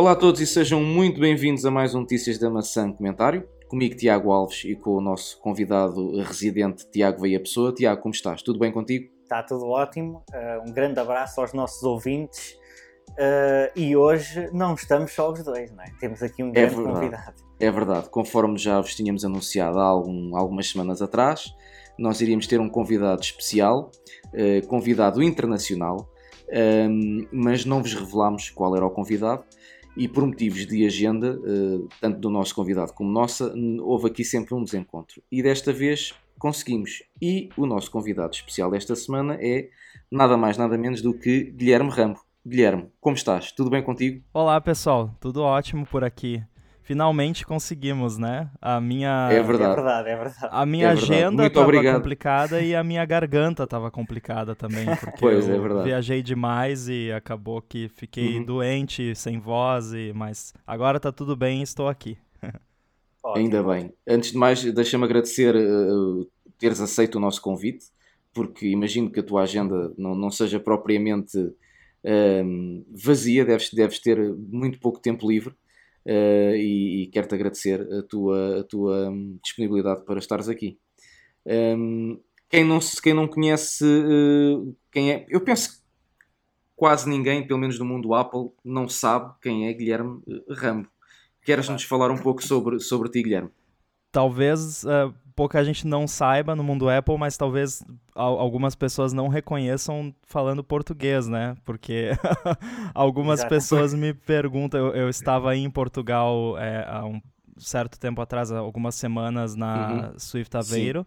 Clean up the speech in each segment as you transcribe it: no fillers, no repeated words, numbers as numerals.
Olá a todos e sejam muito bem-vindos a mais um Notícias da Maçã Comentário. Comigo Tiago Alves e com o nosso convidado residente Tiago Veia Pessoa. Tiago, como estás? Tudo bem contigo? Está tudo ótimo. Um grande abraço aos nossos ouvintes. E hoje não estamos só os dois, não é? Temos aqui um grande convidado. É verdade. Conforme já vos tínhamos anunciado há algumas semanas atrás, nós iríamos ter um convidado especial, convidado internacional, mas não vos revelámos qual era o convidado. E por motivos de agenda, tanto do nosso convidado como nossa, houve aqui sempre um desencontro. E desta vez conseguimos. E o nosso convidado especial desta semana é nada mais nada menos do que Guilherme Rambo. Guilherme, como estás? Tudo bem contigo? Olá pessoal, tudo ótimo por aqui. Finalmente conseguimos, né? É verdade. É verdade. A minha agenda estava complicada e a minha garganta estava complicada também, porque eu viajei demais e acabou que fiquei doente, sem voz, mas agora tá tudo bem e estou aqui. Ainda bem. Antes de mais, deixa-me agradecer teres aceito o nosso convite, porque imagino que a tua agenda não seja propriamente vazia, deves ter muito pouco tempo livre. E quero-te agradecer a tua disponibilidade para estares aqui. Quem não conhece quem é, eu penso que quase ninguém, pelo menos no mundo Apple, não sabe quem é Guilherme Rambo. Queres-nos falar um pouco sobre ti, Guilherme? Talvez pouca gente não saiba no mundo Apple, mas talvez algumas pessoas não reconheçam falando português, né? Porque algumas pessoas me perguntam, eu estava aí em Portugal há um certo tempo atrás, algumas semanas na Swift Aveiro,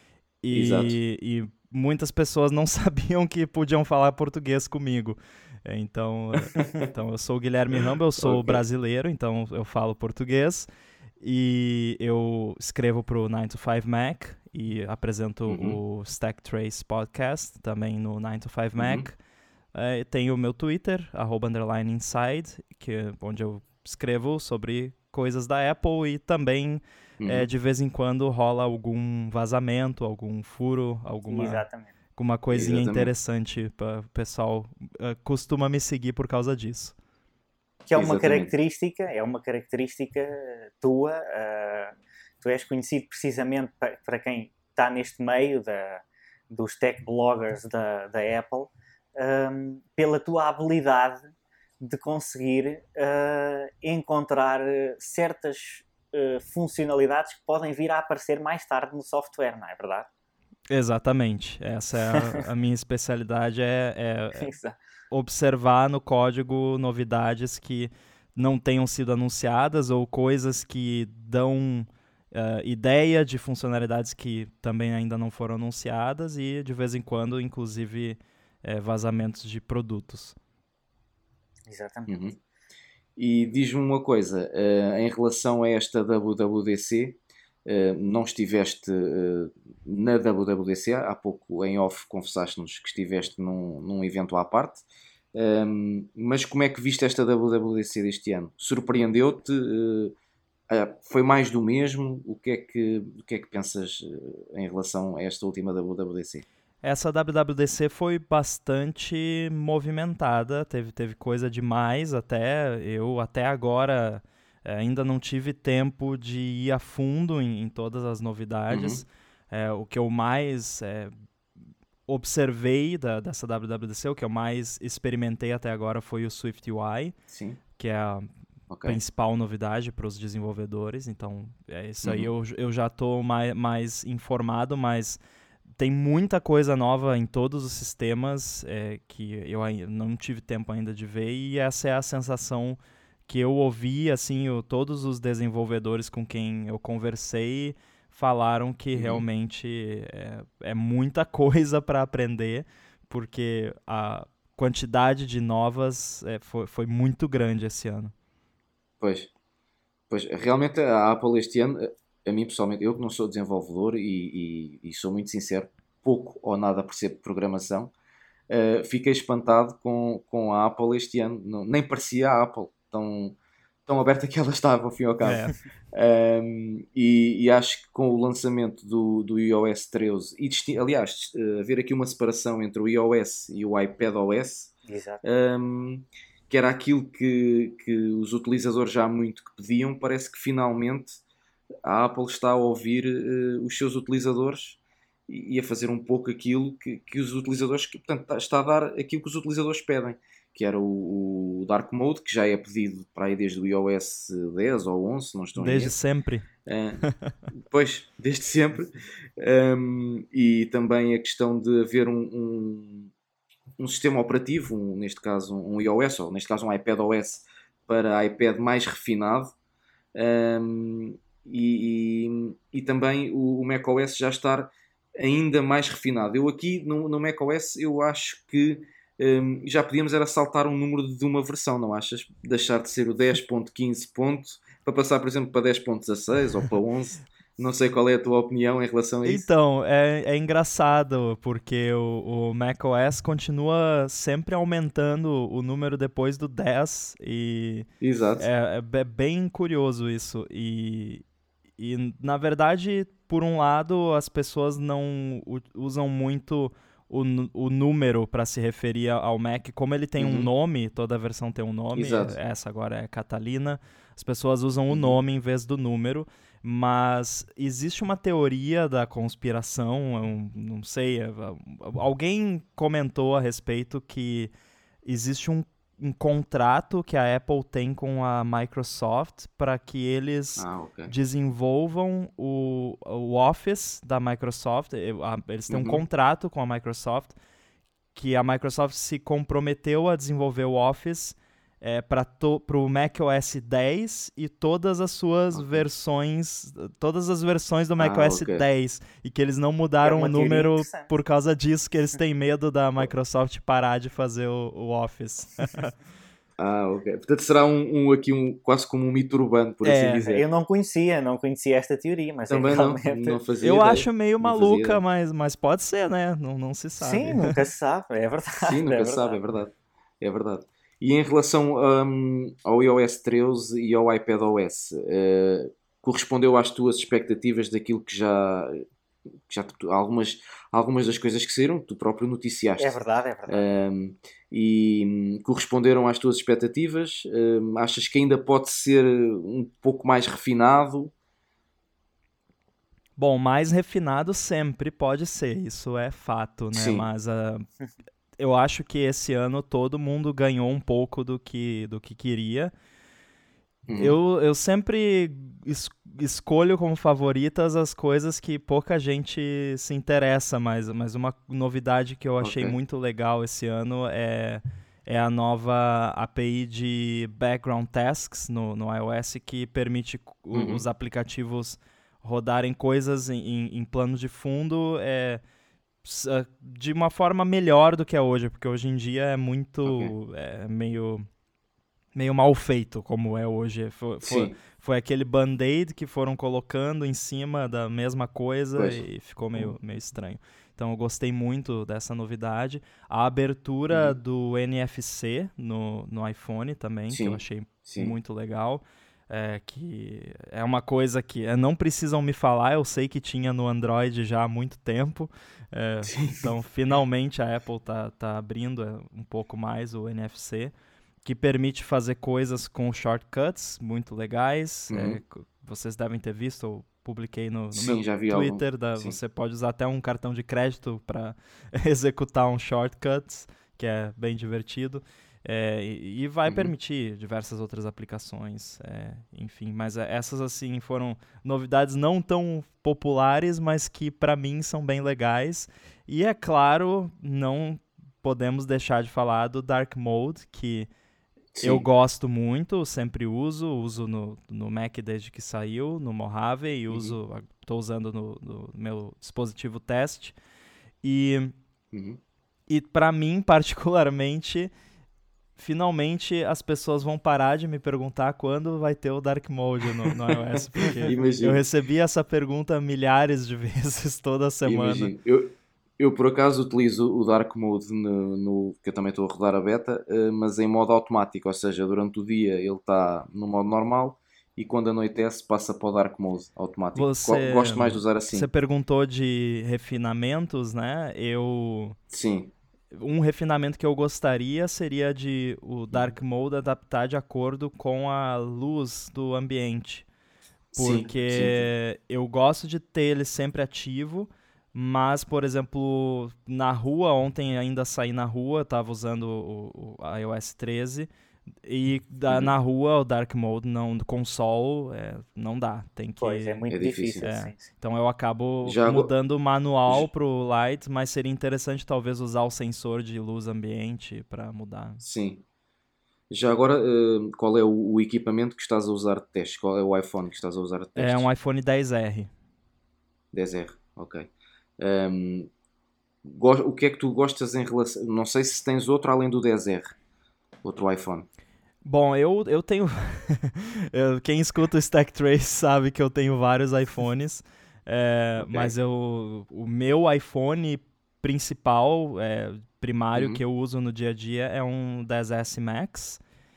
e muitas pessoas não sabiam que podiam falar português comigo. Então eu sou o Guilherme Rambo, eu sou brasileiro, então eu falo português. E eu escrevo para o 9to5Mac e apresento o Stack Trace Podcast também no 9to5Mac. Tenho o meu Twitter, @inside, onde eu escrevo sobre coisas da Apple e também de vez em quando rola algum vazamento, algum furo, alguma coisinha interessante para o pessoal costuma me seguir por causa disso. Que é uma característica tua. Tu és conhecido precisamente para quem está neste meio dos tech bloggers da Apple, pela tua habilidade de conseguir encontrar certas funcionalidades que podem vir a aparecer mais tarde no software, não é verdade? Exatamente. Essa é a minha especialidade, observar no código novidades que não tenham sido anunciadas ou coisas que dão ideia de funcionalidades que também ainda não foram anunciadas e, de vez em quando, inclusive, vazamentos de produtos. Exatamente. E diz-me uma coisa, em relação a esta WWDC, não estiveste na WWDC, há pouco em off confessaste-nos que estiveste num evento à parte, mas como é que viste esta WWDC deste ano? Surpreendeu-te? Foi mais do mesmo? O que é que pensas em relação a esta última WWDC? Essa WWDC foi bastante movimentada, teve coisa demais até agora ainda não tive tempo de ir a fundo em todas as novidades. O que eu mais observei dessa WWDC, o que eu mais experimentei até agora foi o SwiftUI, que é a principal novidade para os desenvolvedores. Então, isso aí eu já estou mais informado, mas tem muita coisa nova em todos os sistemas que eu não tive tempo ainda de ver, e essa é a sensação que eu ouvi, assim, todos os desenvolvedores com quem eu conversei falaram que realmente é muita coisa para aprender, porque a quantidade de novas foi muito grande esse ano. Pois, realmente a Apple este ano, a mim pessoalmente, eu que não sou desenvolvedor e sou muito sincero, pouco ou nada percebo de programação, fiquei espantado com a Apple este ano. Nem parecia a Apple tão aberta que ela estava, ao fim e ao cabo. E acho que com o lançamento do iOS 13, aliás, haver aqui uma separação entre o iOS e o iPadOS, que era aquilo que os utilizadores já há muito que pediam. Parece que finalmente a Apple está a ouvir os seus utilizadores e a fazer um pouco aquilo que os utilizadores, portanto, está a dar aquilo que os utilizadores pedem, que era o Dark Mode, que já é pedido para aí desde o iOS 10 ou 11, não estou Desde sempre. Pois, desde sempre. E também a questão de haver um sistema operativo, neste caso um iOS, ou neste caso um iPadOS, para iPad mais refinado. E também o macOS já estar ainda mais refinado. Eu aqui no macOS eu acho que já podíamos era saltar um número de uma versão, não achas? Deixar de ser o 10.15 para passar, por exemplo, para 10.16 ou para 11. Não sei qual é a tua opinião em relação a isso. Então, é engraçado, porque o macOS continua sempre aumentando o número depois do 10, e Exato. é bem curioso isso. E, na verdade, por um lado, as pessoas não usam muito o número para se referir ao Mac. Como ele tem um nome, toda versão tem um nome, Exato. essa agora é Catalina, as pessoas usam o nome em vez do número. Mas existe uma teoria da conspiração, não sei, alguém comentou a respeito que existe um contrato que a Apple tem com a Microsoft para que eles desenvolvam o Office da Microsoft. Eles têm um contrato com a Microsoft, que a Microsoft se comprometeu a desenvolver o Office para o macOS 10 e todas as suas versões, todas as versões do macOS 10, e que eles não mudaram o número por causa disso, que eles têm medo da Microsoft parar de fazer o Office. Ok. Portanto será aqui quase como um mito urbano, por assim dizer. Eu não conhecia esta teoria, mas também realmente... não fazia eu ideia. acho meio maluca, mas pode ser, né? Não se sabe. Sim, nunca se sabe, é verdade. Sim, nunca se sabe, é verdade. E em relação ao iOS 13 e ao iPadOS, correspondeu às tuas expectativas daquilo que já algumas das coisas que saíram, tu próprio noticiaste. É verdade. E corresponderam às tuas expectativas? Achas que ainda pode ser um pouco mais refinado? Bom, mais refinado sempre pode ser, isso é fato, né? Sim. Mas eu acho que esse ano todo mundo ganhou um pouco do que queria. Eu sempre escolho como favoritas as coisas que pouca gente se interessa, mas uma novidade que eu achei muito legal esse ano é a nova API de Background Tasks no iOS, que permite os aplicativos rodarem coisas em planos de fundo de uma forma melhor do que é hoje, porque hoje em dia é muito meio mal feito como é hoje. Foi aquele band-aid que foram colocando em cima da mesma coisa e ficou meio estranho. Então eu gostei muito dessa novidade. A abertura do NFC no iPhone também, que eu achei muito legal. Que é uma coisa que não precisam me falar, eu sei que tinha no Android já há muito tempo. Então finalmente a Apple tá abrindo um pouco mais o NFC, que permite fazer coisas com shortcuts muito legais. Vocês devem ter visto, eu publiquei no meu Twitter. Você pode usar até um cartão de crédito para executar um shortcut, que é bem divertido. E vai permitir diversas outras aplicações. Enfim, mas essas assim foram novidades não tão populares, mas que para mim são bem legais. E é claro, não podemos deixar de falar do Dark Mode, que eu gosto muito, sempre uso no Mac desde que saiu, no Mojave, e estou usando no meu dispositivo teste. E para mim, particularmente, finalmente as pessoas vão parar de me perguntar quando vai ter o Dark Mode no iOS, porque eu recebi essa pergunta milhares de vezes toda semana. Imagino. Eu por acaso utilizo o Dark Mode que eu também estou a rodar a beta, mas em modo automático, ou seja, durante o dia ele está no modo normal e quando anoitece passa para o Dark Mode automático. Gosto mais de usar assim. Você perguntou de refinamentos, né? Sim. um refinamento que eu gostaria seria de o Dark Mode adaptar de acordo com a luz do ambiente. Sim, Porque eu gosto de ter ele sempre ativo, mas, por exemplo, na rua, ontem ainda saí na rua, estava usando o iOS 13, e na rua o Dark Mode não, com sol não dá. Tem que, pois, é muito difícil. Sim. Então eu acabo mudando o manual pro Light, mas seria interessante talvez usar o sensor de luz ambiente para mudar. Sim. Já agora, qual é o equipamento que estás a usar de teste? Qual é o iPhone que estás a usar de teste? É um iPhone XR. 10R, ok. O que é que tu gostas em relação... Não sei se tens outro além do 10R. Outro iPhone. Bom, eu tenho... Quem escuta o Stack Trace sabe que eu tenho vários iPhones. Okay. Mas o meu iPhone principal, primário, que eu uso no dia a dia é um 10S Max.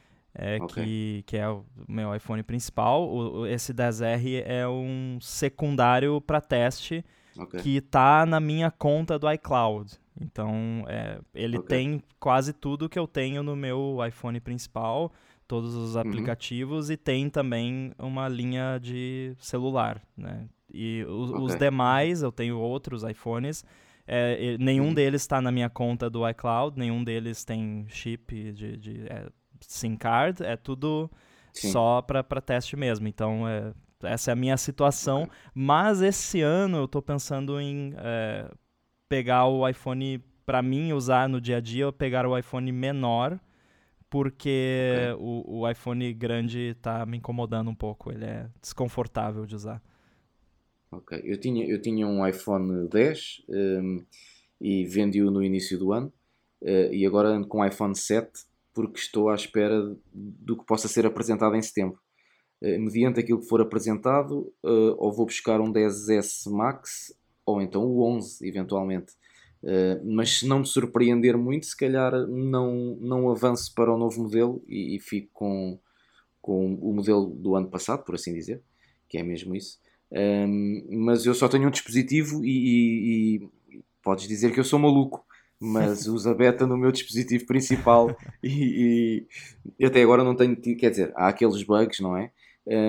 Que é o meu iPhone principal. Esse 10R é um secundário para teste que está na minha conta do iCloud. Então, ele tem quase tudo que eu tenho no meu iPhone principal, todos os aplicativos, e tem também uma linha de celular, né? E os demais, eu tenho outros iPhones, nenhum deles está na minha conta do iCloud, nenhum deles tem chip de SIM card, é tudo só para teste mesmo. Então, essa é a minha situação. Mas esse ano eu estou pensando em pegar o iPhone, para mim usar no dia a dia, pegar o iPhone menor, porque o iPhone grande está me incomodando um pouco. Ele é desconfortável de usar. Ok. Eu tinha um iPhone 10 e vendi-o no início do ano. E agora ando com um iPhone 7 porque estou à espera do que possa ser apresentado em setembro. Mediante aquilo que for apresentado, ou vou buscar um 10S Max, ou então o 11, eventualmente. Mas se não me surpreender muito, se calhar não avanço para o novo modelo e fico com o modelo do ano passado, por assim dizer, que é mesmo isso. Mas eu só tenho um dispositivo e podes dizer que eu sou maluco, mas uso a beta no meu dispositivo principal e até agora não tenho tido, quer dizer, há aqueles bugs, não é?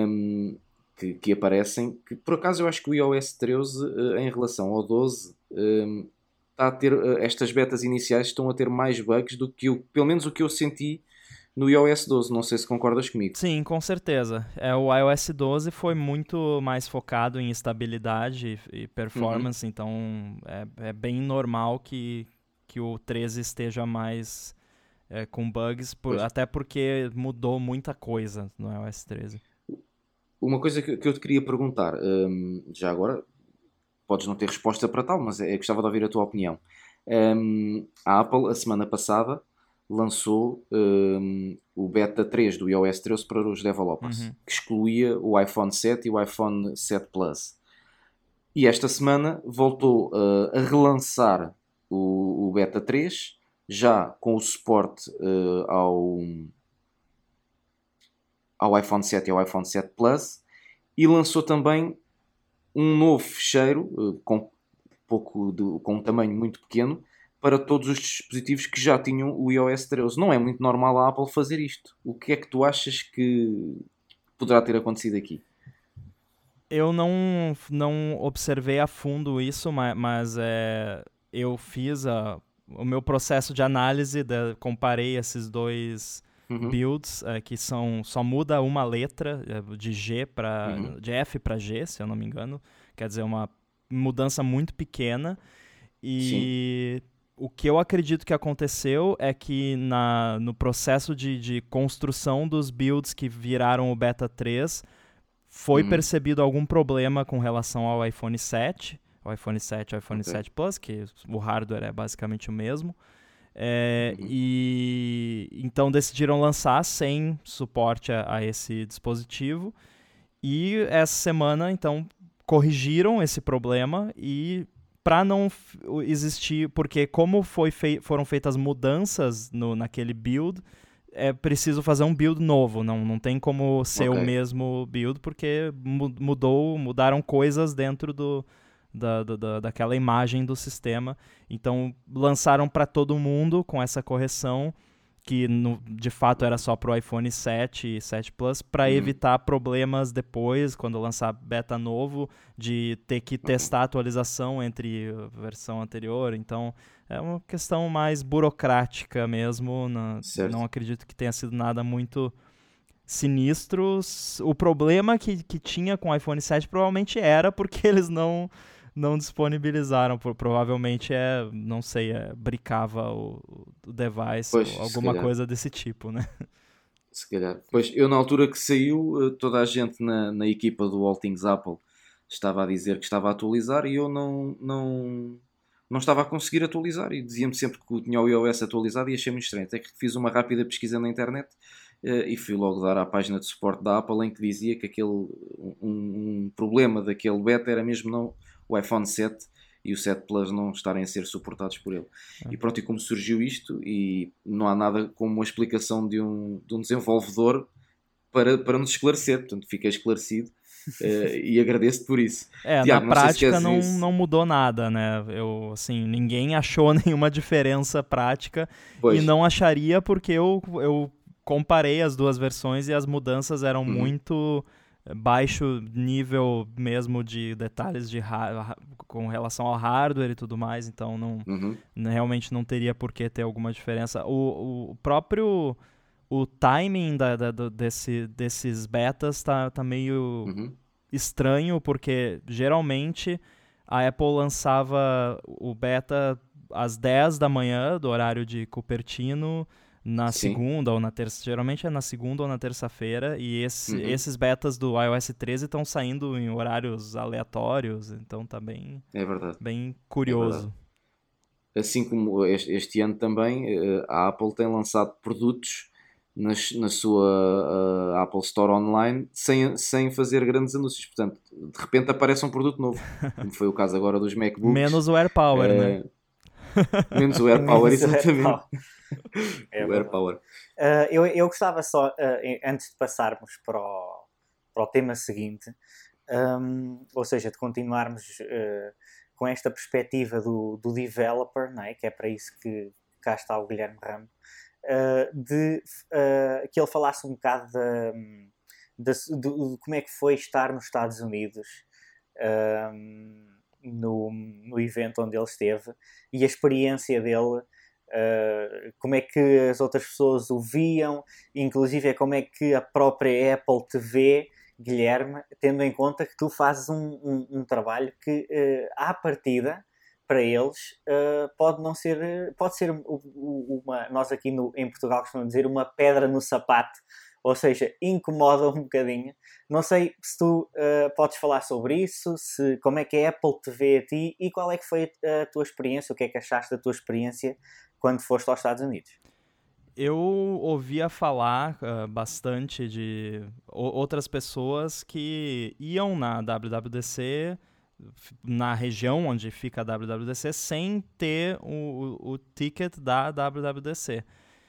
Que aparecem, que por acaso eu acho que o iOS 13 em relação ao 12 está a ter, estas betas iniciais estão a ter mais bugs do que pelo menos o que eu senti no iOS 12, não sei se concordas comigo. Sim, com certeza. O iOS 12 foi muito mais focado em estabilidade e performance, então é bem normal que o 13 esteja mais com bugs, até porque mudou muita coisa no iOS 13. Uma coisa que eu te queria perguntar, já agora, podes não ter resposta para tal, mas gostava de ouvir a tua opinião. A Apple, a semana passada, lançou o Beta 3 do iOS 13 para os developers, que excluía o iPhone 7 e o iPhone 7 Plus. E esta semana voltou a relançar o Beta 3, já com o suporte ao iPhone 7 e ao iPhone 7 Plus, e lançou também um novo fecheiro com um tamanho muito pequeno para todos os dispositivos que já tinham o iOS 13. Não é muito normal a Apple fazer isto. O que é que tu achas que poderá ter acontecido aqui? Eu não observei a fundo isso, mas eu fiz o meu processo de análise, comparei esses dois builds, que só muda uma letra de de F para G, se eu não me engano. Quer dizer, uma mudança muito pequena. E o que eu acredito que aconteceu é que no processo de construção dos builds que viraram o Beta 3, foi percebido algum problema com relação ao iPhone 7, ao iPhone 7 e ao iPhone 7 Plus, que o hardware é basicamente o mesmo. E então decidiram lançar sem suporte a esse dispositivo. E essa semana, então, corrigiram esse problema e para não existir, porque como foram feitas mudanças naquele build, é preciso fazer um build novo, não tem como ser o mesmo build, porque mudaram coisas dentro daquela imagem do sistema. Então lançaram para todo mundo com essa correção, que de fato era só para o iPhone 7 e 7 Plus, para evitar problemas depois, quando lançar beta novo, de ter que testar a atualização entre a versão anterior. Então é uma questão mais burocrática mesmo. Não acredito que tenha sido nada muito sinistro. O problema que tinha com o iPhone 7 provavelmente era porque eles não disponibilizaram, provavelmente não sei, brincava o device, pois, ou alguma coisa desse tipo, né? Se calhar. Pois, eu na altura que saiu, toda a gente na equipa do All Things Apple estava a dizer que estava a atualizar e eu não estava a conseguir atualizar e dizia-me sempre que tinha o iOS atualizado e achei muito estranho. Até que fiz uma rápida pesquisa na internet e fui logo dar à página de suporte da Apple em que dizia que um problema daquele beta era mesmo não o iPhone 7 e o 7 Plus não estarem a ser suportados por ele. E pronto, e como surgiu isto, e não há nada como uma explicação de um desenvolvedor para nos esclarecer, portanto fiquei esclarecido e agradeço-te por isso. Tiago, na prática não mudou nada, né? Assim, ninguém achou nenhuma diferença prática. Pois. E não acharia porque eu comparei as duas versões e as mudanças eram muito baixo nível mesmo de detalhes com relação ao hardware e tudo mais, então realmente não teria por que ter alguma diferença. O próprio timing desses betas tá meio estranho, porque geralmente a Apple lançava o beta às 10 da manhã do horário de Cupertino, na segunda ou na terça, geralmente é na segunda ou na terça-feira, e esses betas do iOS 13 estão saindo em horários aleatórios, então tá bem curioso. Assim como este ano também, a Apple tem lançado produtos na sua Apple Store online sem fazer grandes anúncios, portanto, de repente aparece um produto novo, como foi o caso agora dos MacBooks. Menos o AirPower, né? Menos o AirPower, exatamente. O AirPower. Eu gostava só, antes de passarmos para o tema seguinte, ou seja, de continuarmos com esta perspectiva do developer, não é? Que é para isso que cá está o Guilherme Ramo, que ele falasse um bocado de como é que foi estar nos Estados Unidos no evento onde ele esteve e a experiência dele, como é que as outras pessoas o viam, inclusive como é que a própria Apple te vê, Guilherme, tendo em conta que tu fazes um trabalho que à partida para eles pode ser uma, nós aqui em Portugal costumamos dizer, uma pedra no sapato, ou seja, incomoda um bocadinho. Não sei se tu podes falar sobre isso, como é que a Apple te vê a ti e qual é que foi a tua experiência, o que é que achaste da tua experiência quando foste aos Estados Unidos? Eu ouvia falar bastante de outras pessoas que iam na WWDC, na região onde fica a WWDC, sem ter o ticket da WWDC.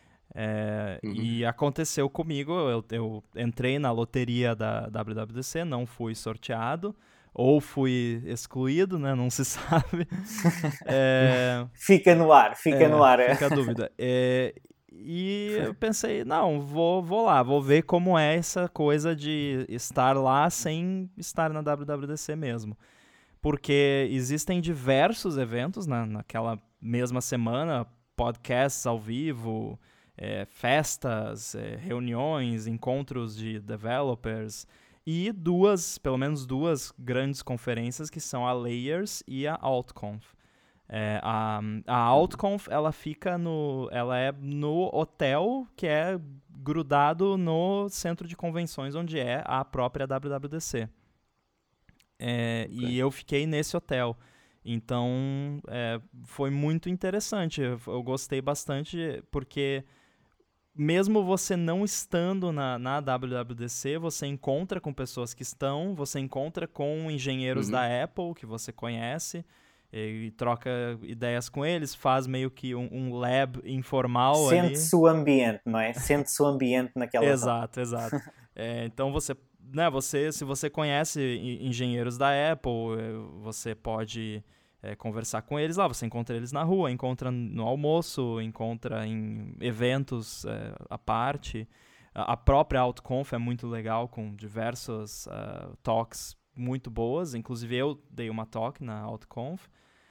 E aconteceu comigo, eu entrei na loteria da WWDC, não fui sorteado, ou fui excluído, né? Não se sabe. Fica no ar. Fica a dúvida. E eu pensei, não, vou lá, vou ver como é essa coisa de estar lá sem estar na WWDC mesmo. Porque existem diversos eventos naquela mesma semana, podcasts ao vivo, festas, reuniões, encontros de developers e pelo menos duas grandes conferências que são a Layers e a AltConf. A AltConf ela é no hotel que é grudado no centro de convenções onde é a própria WWDC. Okay. E eu fiquei nesse hotel. Então, foi muito interessante. Eu gostei bastante porque mesmo você não estando na WWDC, você encontra com pessoas que estão, você encontra com engenheiros da Apple que você conhece e troca ideias com eles, faz meio que um lab informal ali. Sente-se o ambiente, não é? Sente-se o ambiente naquela... Exato. Então você né, se você conhece engenheiros da Apple, você pode conversar com eles lá, você encontra eles na rua, encontra no almoço, encontra em eventos à parte. A própria AutoConf é muito legal, com diversas talks muito boas, inclusive eu dei uma talk na AutoConf.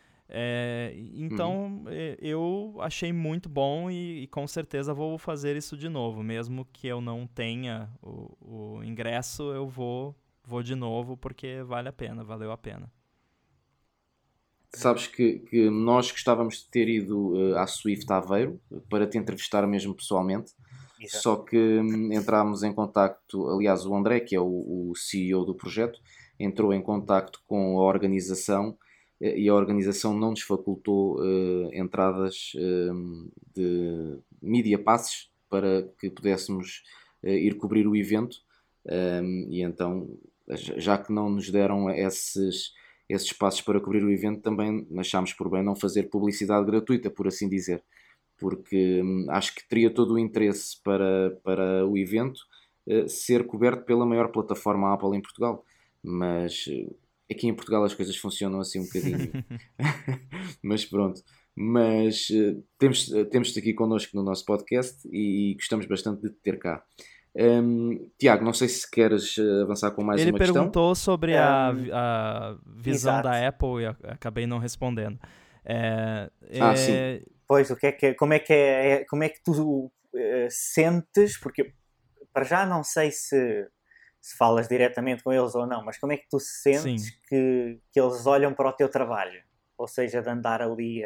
Então eu achei muito bom e com certeza vou fazer isso de novo, mesmo que eu não tenha o ingresso, eu vou de novo porque valeu a pena. Sabes que nós gostávamos de ter ido à Swift Aveiro para te entrevistar mesmo pessoalmente. Exato. Só que entrámos em contacto, aliás o André, que é o CEO do projeto, entrou em contacto com a organização e a organização não nos facultou entradas de media passes para que pudéssemos ir cobrir o evento, e então, já que não nos deram esses passos para cobrir o evento, também achámos por bem não fazer publicidade gratuita, por assim dizer, porque acho que teria todo o interesse para o evento ser coberto pela maior plataforma Apple em Portugal, mas aqui em Portugal as coisas funcionam assim um bocadinho. Mas pronto. Mas temos-te aqui connosco no nosso podcast e gostamos bastante de te ter cá. Tiago, não sei se queres avançar com mais uma questão. Ele perguntou sobre a visão da Apple e acabei não respondendo. Sim. Pois, como é que tu sentes, porque para já não sei se falas diretamente com eles ou não, mas como é que tu sentes que eles olham para o teu trabalho? Ou seja, de andar ali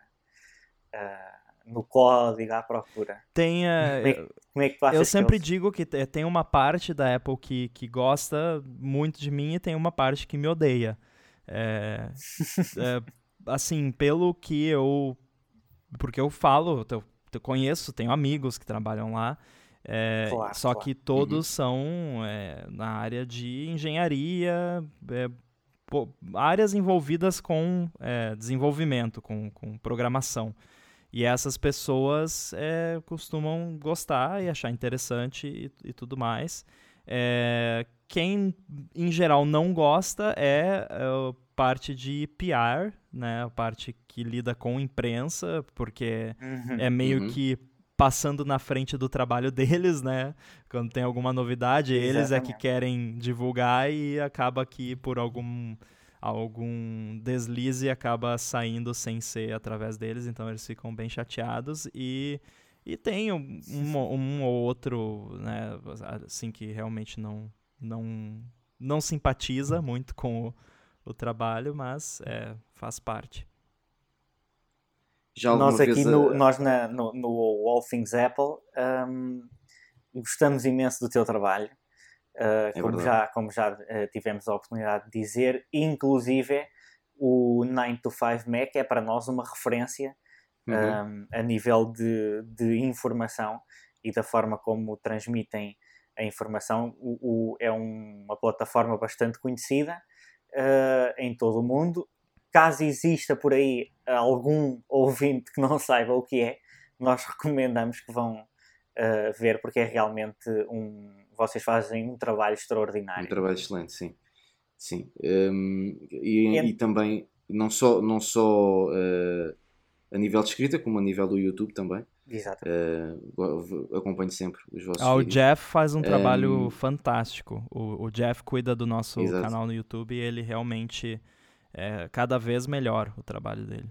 no código à procura. Como é que tu achas? Eu sempre digo que tem uma parte da Apple que gosta muito de mim e tem uma parte que me odeia. Assim, pelo que porque eu falo, eu conheço, tenho amigos que trabalham lá, só que todos são na área de engenharia, áreas envolvidas com desenvolvimento, com programação. E essas pessoas costumam gostar e achar interessante e tudo mais. Quem, em geral, não gosta é parte de PR, né? A parte que lida com imprensa, porque é meio que passando na frente do trabalho deles, né? Quando tem alguma novidade, Exatamente. Eles é que querem divulgar e acaba que por algum deslize acaba saindo sem ser através deles, então eles ficam bem chateados e tem um ou outro, né, assim, que realmente não simpatiza muito com o trabalho, mas faz parte. Nós aqui no All Things Apple gostamos imenso do teu trabalho. Como já tivemos a oportunidade de dizer, inclusive o 9 to 5 Mac é para nós uma referência a nível de informação e da forma como transmitem a informação. É uma plataforma bastante conhecida em todo o mundo. Caso exista por aí algum ouvinte que não saiba o que é, nós recomendamos que vão ver, porque é realmente vocês fazem um trabalho extraordinário. Um trabalho excelente, sim. Sim. E também, não só a nível de escrita, como a nível do YouTube também. Exato. Acompanho sempre os vossos vídeos. O Jeff faz um trabalho fantástico. O Jeff cuida do nosso canal no YouTube e ele realmente cada vez melhor o trabalho dele.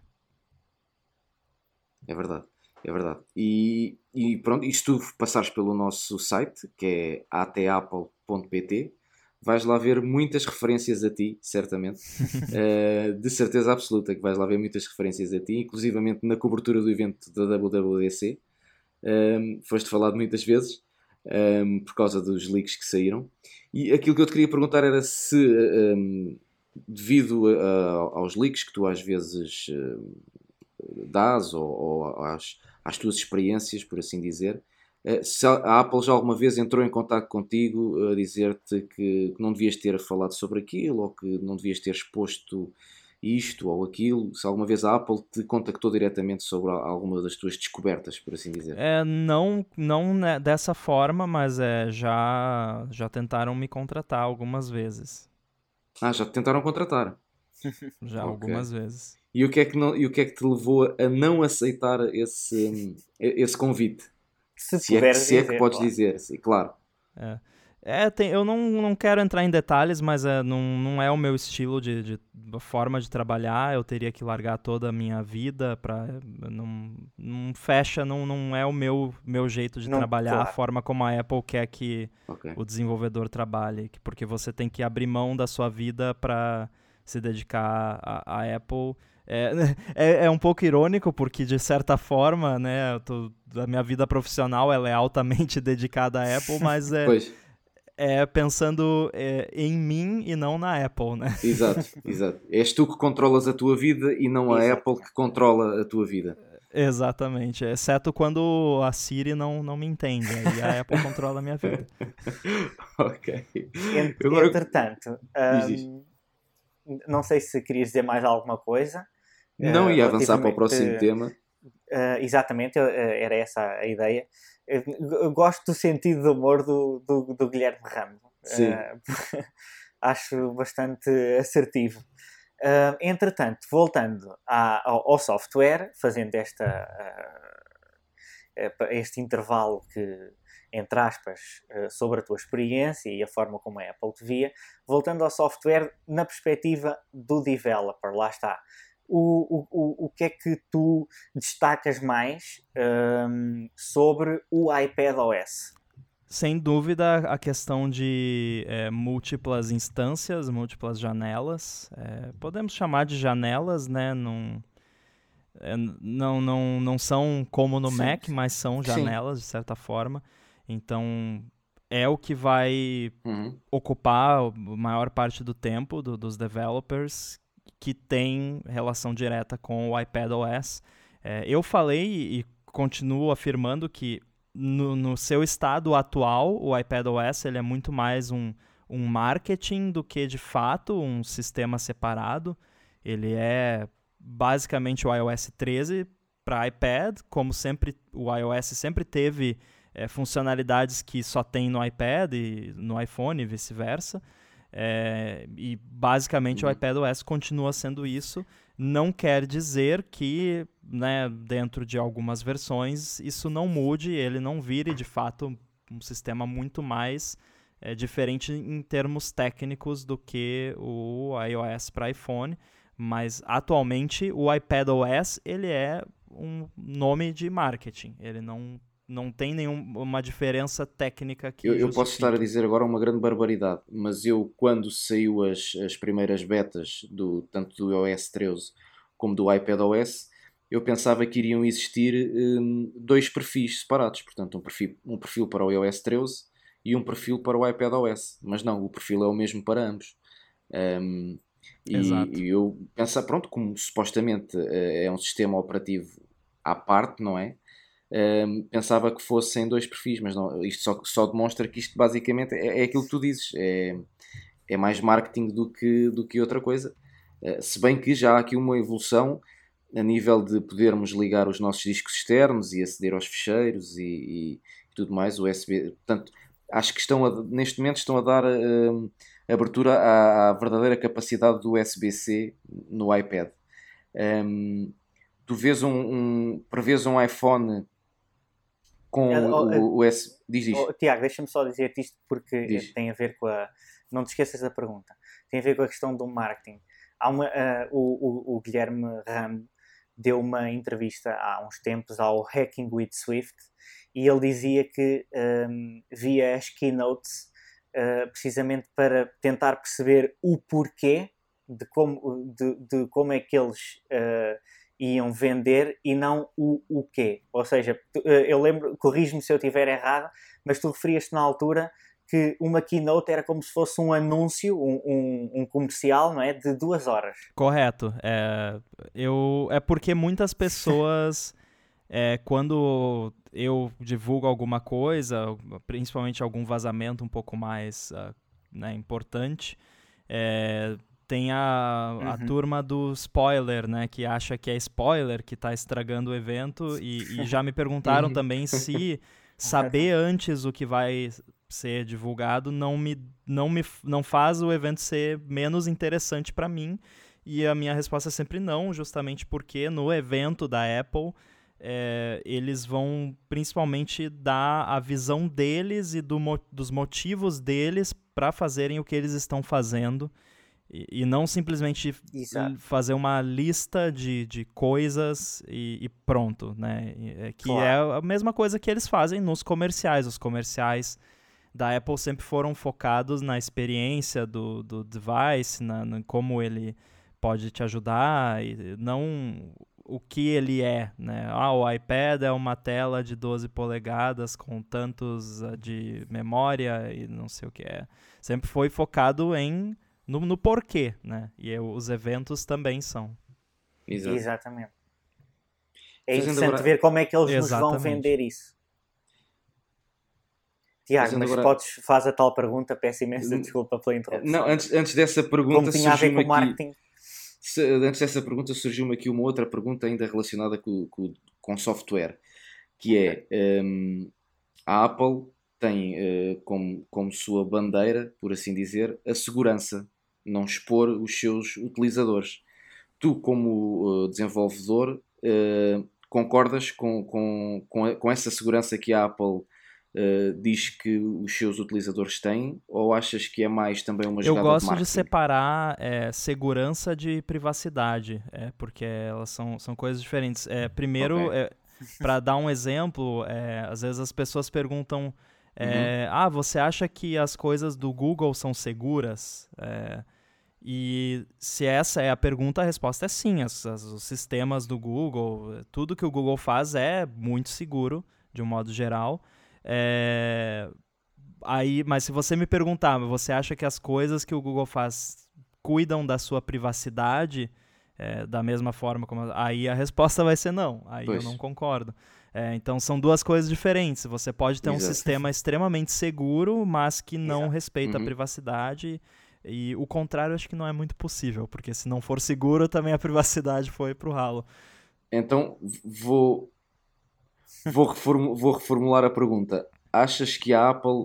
É verdade. E pronto, e se tu passares pelo nosso site, que é atapple.pt, vais lá ver muitas referências a ti, certamente. De certeza absoluta que vais lá ver muitas referências a ti, inclusivamente na cobertura do evento da WWDC. Foste falado muitas vezes, por causa dos leaks que saíram. E aquilo que eu te queria perguntar era se, devido aos leaks que tu às vezes dás, ou às tuas experiências, por assim dizer, se a Apple já alguma vez entrou em contato contigo a dizer-te que não devias ter falado sobre aquilo, ou que não devias ter exposto isto ou aquilo, se alguma vez a Apple te contactou diretamente sobre alguma das tuas descobertas, por assim dizer. Não né, dessa forma, mas já tentaram me contratar algumas vezes. Já te tentaram contratar. Já Ok. algumas vezes. E o que é que te levou a não aceitar esse convite? Se puderes Se é que dizer, podes claro. dizer, sim, claro. Eu não quero entrar em detalhes, mas não é o meu estilo de forma de trabalhar. Eu teria que largar toda a minha vida para não fecha, não é o meu jeito de Não, trabalhar, a claro. forma como a Apple quer que Ok. o desenvolvedor trabalhe, porque você tem que abrir mão da sua vida para se dedicar à Apple. É um pouco irônico, porque de certa forma, né, a minha vida profissional ela é altamente dedicada à Apple, mas Pois, pensando em mim e não na Apple, né? exato. És tu que controlas a tua vida e não a Apple Exatamente. que controla a tua vida. Exatamente, exceto quando a Siri não me entende, aí a Apple controla a minha vida. Ok. Agora, Entretanto, diz. não sei se querias dizer mais alguma coisa Não ia avançar para o relativamente. próximo tema. Exatamente, era essa a ideia. Eu gosto do sentido de humor do Guilherme Ramos. Sim. Acho bastante assertivo. Entretanto, voltando ao software, fazendo este intervalo que, entre aspas, sobre a tua experiência e a forma como a Apple te via, voltando ao software na perspectiva do developer, lá está. O que é que tu destacas mais sobre o iPadOS? Sem dúvida, a questão de múltiplas instâncias, múltiplas janelas. Podemos chamar de janelas, né? Não são como no Sim. Mac, mas são Sim. janelas, de certa forma. Então, é o que vai Uhum. ocupar a maior parte do tempo dos developers que tem relação direta com o iPadOS. Eu falei e continuo afirmando que no seu estado atual, o iPadOS ele é muito mais um marketing do que, de fato, um sistema separado. Ele é basicamente o iOS 13 para iPad, como sempre o iOS sempre teve funcionalidades que só tem no iPad e no iPhone e vice-versa. E basicamente o iPadOS continua sendo isso. Não quer dizer que, né, dentro de algumas versões isso não mude, ele não vire de fato um sistema muito mais diferente em termos técnicos do que o iOS para iPhone. Mas atualmente o iPadOS ele é um nome de marketing. Ele não tem nenhuma diferença técnica que Eu posso estar a justifique. dizer agora uma grande barbaridade, mas eu, quando saiu as primeiras betas, tanto do iOS 13 como do iPadOS, eu pensava que iriam existir dois perfis separados. Portanto, um perfil para o iOS 13 e um perfil para o iPadOS. Mas não, o perfil é o mesmo para ambos. Exato. E eu penso, pronto, como supostamente é um sistema operativo à parte, não é? Pensava que fossem dois perfis, mas não, isto só demonstra que isto basicamente é aquilo que tu dizes, é mais marketing do que outra coisa. Se bem que já há aqui uma evolução a nível de podermos ligar os nossos discos externos e aceder aos ficheiros e tudo mais, USB. Portanto, acho que neste momento estão a dar abertura à verdadeira capacidade do USB-C no iPad. Tu prevês um iPhone com o USB. Diz. Tiago, deixa-me só dizer-te isto porque Diz. tem a ver com a. Não te esqueças da pergunta. Tem a ver com a questão do marketing. O Guilherme Ramo deu uma entrevista há uns tempos ao Hacking with Swift e ele dizia que via as keynotes precisamente para tentar perceber o porquê de como é que eles iam vender e não o quê. Ou seja, eu lembro, corrijo-me se eu estiver errado, mas tu referias-te na altura que uma keynote era como se fosse um anúncio, um comercial, não é? De 2 horas. Correto. É porque muitas pessoas, quando eu divulgo alguma coisa, principalmente algum vazamento um pouco mais né, importante, tem a turma do spoiler, né, que acha que é spoiler, que tá estragando o evento, e já me perguntaram também se saber antes o que vai ser divulgado não faz o evento ser menos interessante para mim, e a minha resposta é sempre não, justamente porque no evento da Apple eles vão principalmente dar a visão deles e dos motivos deles para fazerem o que eles estão fazendo, e não simplesmente fazer uma lista de coisas e pronto, né? Que é a mesma coisa que eles fazem nos comerciais. Os comerciais da Apple sempre foram focados na experiência do device, na como ele pode te ajudar, e não o que ele é, né? O iPad é uma tela de 12 polegadas com tantos de memória e não sei o que é. Sempre foi focado no porquê, né? E os eventos também são. Exatamente. É interessante ver como é que eles nos vão vender isso. Tiago, mas faz a tal pergunta, peço imensa desculpa pela introdução. Não, antes dessa pergunta... Como tinha a ver com marketing... Antes dessa pergunta surgiu-me aqui uma outra pergunta ainda relacionada com software, que é a Apple tem como sua bandeira, por assim dizer, a segurança, não expor os seus utilizadores. Tu, como desenvolvedor, concordas com essa segurança que a Apple diz que os seus utilizadores têm, ou achas que é mais também uma jogada de marketing? Eu gosto de separar segurança de privacidade, porque elas são coisas diferentes. Primeiro, para dar um exemplo, às vezes as pessoas perguntam você acha que as coisas do Google são seguras? E se essa é a pergunta, a resposta é sim. Os sistemas do Google, tudo que o Google faz é muito seguro, de um modo geral. Mas se você me perguntar, você acha que as coisas que o Google faz cuidam da sua privacidade da mesma forma como... Aí a resposta vai ser não. Aí eu não concordo. Então são duas coisas diferentes. Você pode ter um sistema extremamente seguro, mas que não respeita a privacidade. E o contrário acho que não é muito possível, porque se não for seguro, também a privacidade foi pro ralo. Então vou reformular a pergunta. Achas que a Apple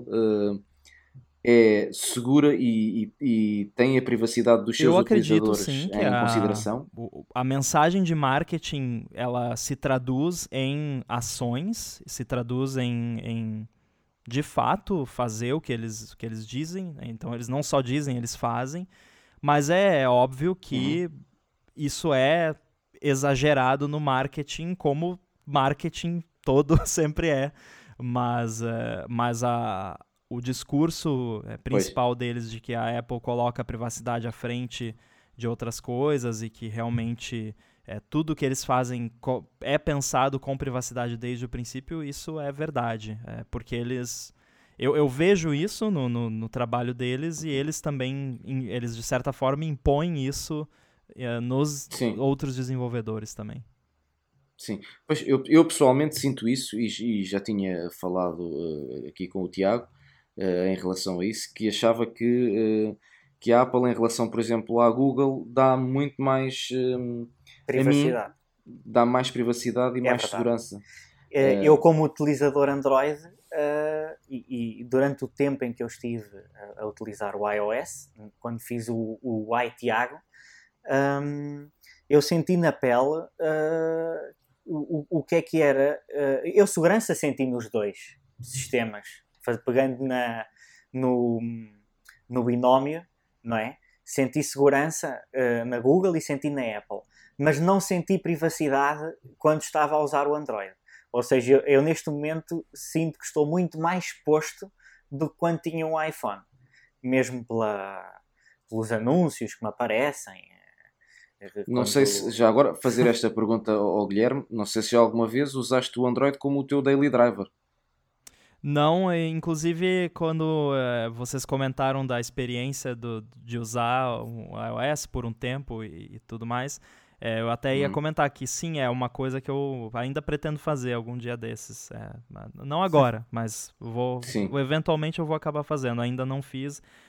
é segura e tem a privacidade dos seus utilizadores sim, que em consideração? A mensagem de marketing, ela se traduz em ações, se traduz em de fato fazer o que eles dizem. Então eles não só dizem, eles fazem. Mas é óbvio que isso é exagerado no marketing, como marketing todo sempre é, mas o discurso principal deles de que a Apple coloca a privacidade à frente de outras coisas e que realmente tudo que eles fazem é pensado com privacidade desde o princípio, isso é verdade, porque eu vejo isso no trabalho deles, e eles também, eles de certa forma impõem isso nos outros desenvolvedores também. Sim, pois eu pessoalmente sinto isso, e já tinha falado aqui com o Tiago em relação a isso, que achava que a Apple, em relação, por exemplo, à Google, dá muito mais privacidade. Dá mais privacidade e mais segurança. Eu, como utilizador Android, e durante o tempo em que eu estive a utilizar o iOS, quando fiz o iTiago, eu senti na pele o que era. Eu segurança senti nos dois sistemas, pegando no binómio, não é? Senti segurança na Google e senti na Apple, mas não senti privacidade quando estava a usar o Android. Ou seja, eu neste momento sinto que estou muito mais exposto do que quando tinha um iPhone, mesmo pelos anúncios que me aparecem. Não sei se, já agora, fazer esta pergunta ao Guilherme, não sei se já alguma vez usaste o Android como o teu daily driver. Não, inclusive quando vocês comentaram da experiência de usar o iOS por um tempo e tudo mais, eu até ia comentar que sim, é uma coisa que eu ainda pretendo fazer algum dia desses. Não agora, mas eventualmente eu vou acabar fazendo. Ainda não fiz,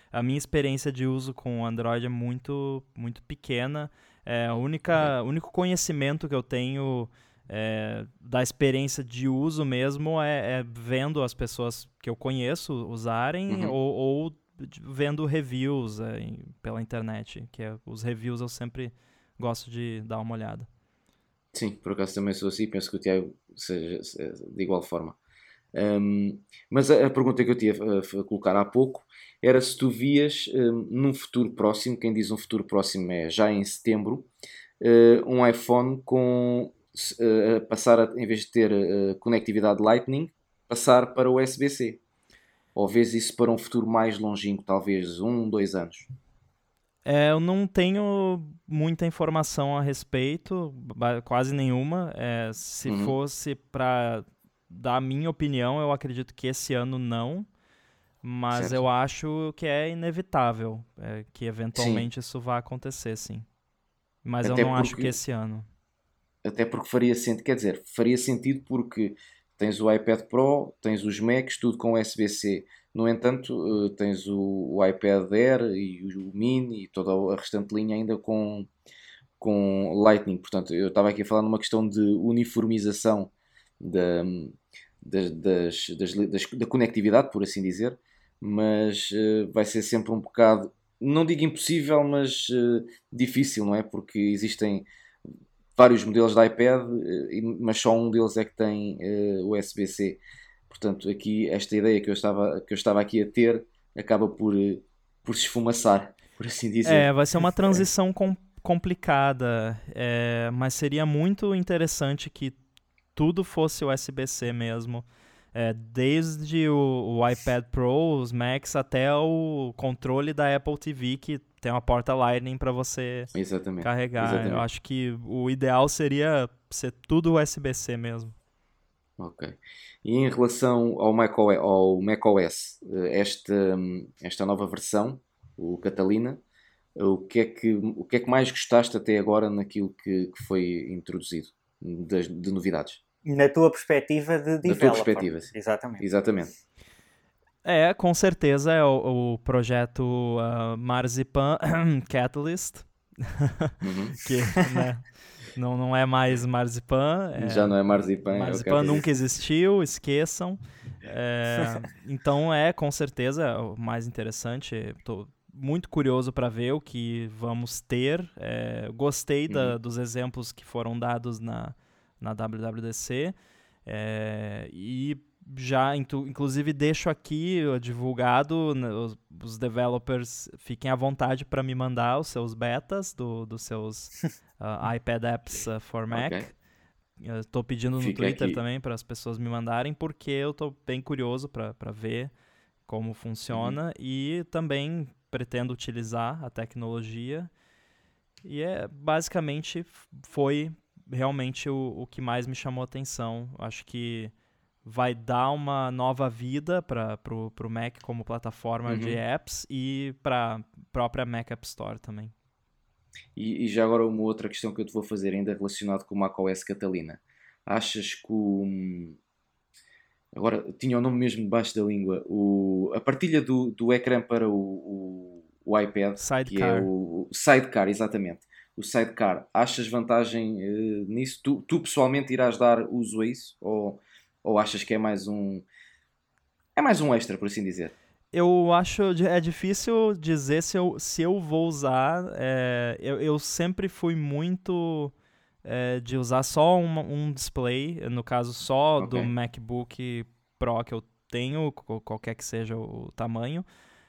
a minha experiência de uso com Android é muito, muito pequena. O único conhecimento que eu tenho da experiência de uso mesmo é vendo as pessoas que eu conheço usarem ou vendo reviews pela internet, os reviews eu sempre gosto de dar uma olhada. Sim, por acaso também sou assim, penso que o Tiago seja de igual forma. Mas a pergunta que eu tinha a colocar há pouco era se tu vias num futuro próximo, quem diz um futuro próximo é já em setembro, um iPhone com passar em vez de ter conectividade Lightning, passar para o USB-C. Ou vês isso para um futuro mais longínquo, talvez 2 anos? Eu não tenho muita informação a respeito, quase nenhuma. Se fosse para dar a minha opinião, eu acredito que esse ano não, mas Certo. eu acho que é inevitável que eventualmente Sim. isso vá acontecer, sim. Mas Até eu não acho porque, que esse ano. até porque faria sentido, quer dizer, faria sentido porque tens o iPad Pro, tens os Macs, tudo com USB-C. No entanto, tens o iPad Air e o Mini e toda a restante linha ainda com Lightning. Portanto, eu estava aqui a falar numa questão de uniformização da, da conectividade, por assim dizer, mas vai ser sempre um bocado, não digo impossível, mas difícil, não é? Porque existem vários modelos de iPad, mas só um deles é que tem USB-C. Portanto, aqui esta ideia que eu estava aqui a ter acaba por se esfumaçar, por assim dizer. Vai ser uma transição complicada, mas seria muito interessante que tudo fosse USB-C mesmo. Desde o iPad Pro, os Macs, até o controle da Apple TV, que tem uma porta Lightning para você carregar. Exatamente. Eu acho que o ideal seria ser tudo USB-C mesmo. Ok. E em relação ao macOS, esta nova versão, o Catalina, o que é que mais gostaste até agora naquilo que foi introduzido de novidades? Na tua perspectiva de developer. Da tua perspectiva, sim. Exatamente. Exatamente. Com certeza é o projeto Marzipan Catalyst, que né, não é mais Marzipan. Já não é Marzipan. Marzipan nunca existiu, esqueçam. Então com certeza o mais interessante. Estou muito curioso para ver o que vamos ter. Gostei dos exemplos que foram dados na WWDC. E já, inclusive, deixo aqui divulgado, os developers fiquem à vontade para me mandar os seus betas dos seus iPad apps for Mac. Estou pedindo no Twitter também para as pessoas me mandarem, porque eu estou bem curioso para ver como funciona e também pretendo utilizar a tecnologia. E basicamente foi realmente o que mais me chamou a atenção. Acho que vai dar uma nova vida para o Mac como plataforma de apps e para a própria Mac App Store também. E já agora uma outra questão que eu te vou fazer ainda relacionado com o macOS Catalina. Achas que agora tinha o nome mesmo debaixo da língua, a partilha do ecrã para o iPad, Sidecar. Que é o Sidecar, exatamente. O Sidecar, achas vantagem nisso? Tu pessoalmente irás dar uso a isso? Ou achas que é mais um extra, por assim dizer? Eu acho difícil dizer se eu vou usar. Eu sempre fui muito de usar só um display, no caso só do MacBook Pro que eu tenho, qualquer que seja o tamanho.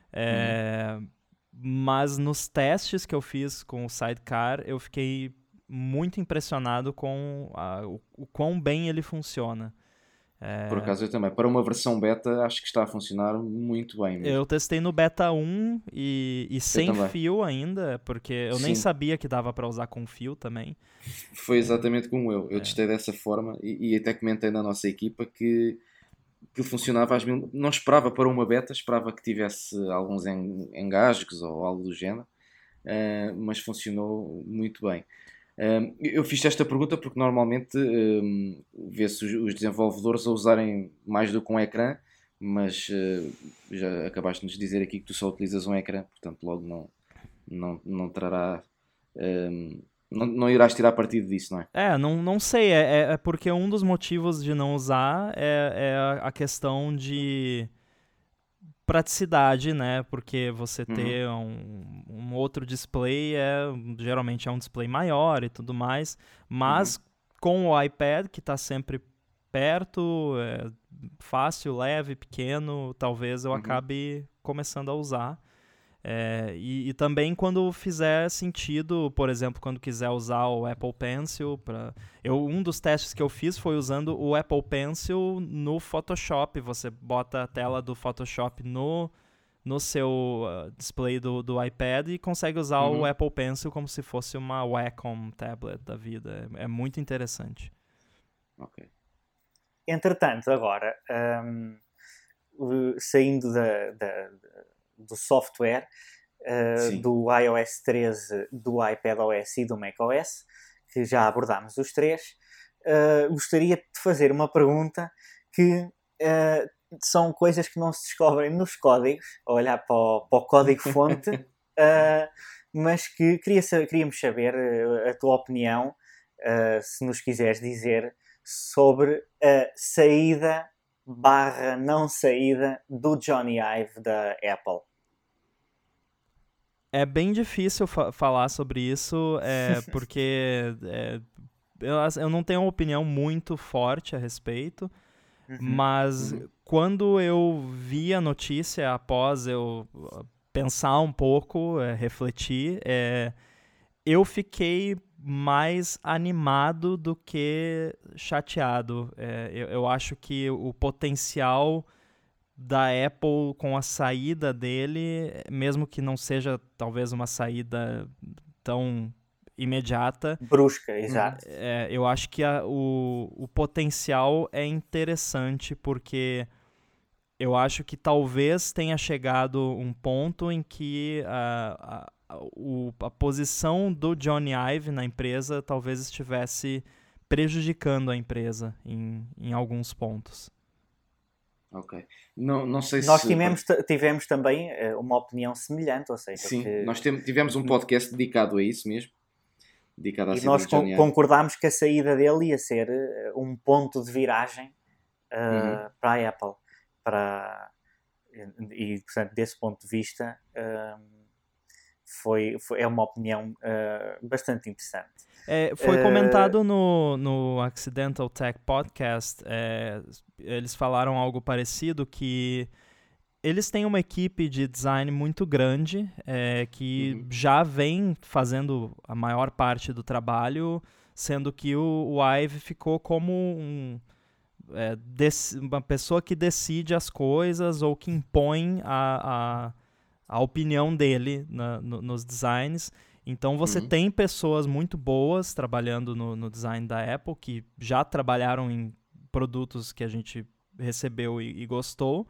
Mas nos testes que eu fiz com o Sidecar, eu fiquei muito impressionado com o quão bem ele funciona. Por acaso eu também. Para uma versão beta, acho que está a funcionar muito bem mesmo. Eu testei no beta 1 e sem fio ainda, porque eu nem sabia que dava para usar com fio também. Foi exatamente como eu. Eu testei dessa forma e até comentei na nossa equipa que funcionava às mil. Não esperava para uma beta, esperava que tivesse alguns engasgos ou algo do género, mas funcionou muito bem. Eu fiz esta pergunta porque normalmente vê-se os desenvolvedores a usarem mais do que um ecrã mas já acabaste de nos dizer aqui que tu só utilizas um ecrã, portanto logo não trará... não irás tirar partido disso, não é? Não sei, é porque um dos motivos de não usar é a questão de praticidade, né? Porque você ter um outro display geralmente é um display maior e tudo mais, mas com o iPad, que está sempre perto, fácil, leve, pequeno, talvez eu acabe começando a usar. E também quando fizer sentido, por exemplo, quando quiser usar o Apple Pencil. Um dos testes que eu fiz foi usando o Apple Pencil no Photoshop. Você bota a tela do Photoshop no seu display do iPad e consegue usar o Apple Pencil como se fosse uma Wacom tablet da vida. É muito interessante. Ok. Entretanto, agora, saindo do software do iOS 13, do iPadOS e do macOS, que já abordámos os três, gostaria de fazer uma pergunta que são coisas que não se descobrem nos códigos, a olhar para o código-fonte, mas que queríamos saber a tua opinião, se nos quiseres dizer, sobre a saída / não saída do Jony Ive da Apple. É bem difícil falar sobre isso, porque eu não tenho uma opinião muito forte a respeito, mas quando eu vi a notícia, após eu pensar um pouco, refletir, eu fiquei mais animado do que chateado. Eu acho que o potencial da Apple com a saída dele, mesmo que não seja talvez uma saída tão imediata, brusca, exato. Eu acho que o potencial é interessante, porque eu acho que talvez tenha chegado um ponto em que a posição do Jony Ive na empresa talvez estivesse prejudicando a empresa em alguns pontos. Ok. Não sei nós se... tivemos também uma opinião semelhante, ou seja... Sim, nós tivemos um podcast dedicado a isso mesmo. Dedicado à e nós concordámos que a saída dele ia ser um ponto de viragem para a Apple. E, portanto, desse ponto de vista, é uma opinião bastante interessante. Foi comentado no Accidental Tech Podcast, eles falaram algo parecido, que eles têm uma equipe de design muito grande, que já vem fazendo a maior parte do trabalho, sendo que o Ive ficou como uma pessoa que decide as coisas ou que impõe a opinião dele nos designs. Então você tem pessoas muito boas trabalhando no design da Apple, que já trabalharam em produtos que a gente recebeu e gostou,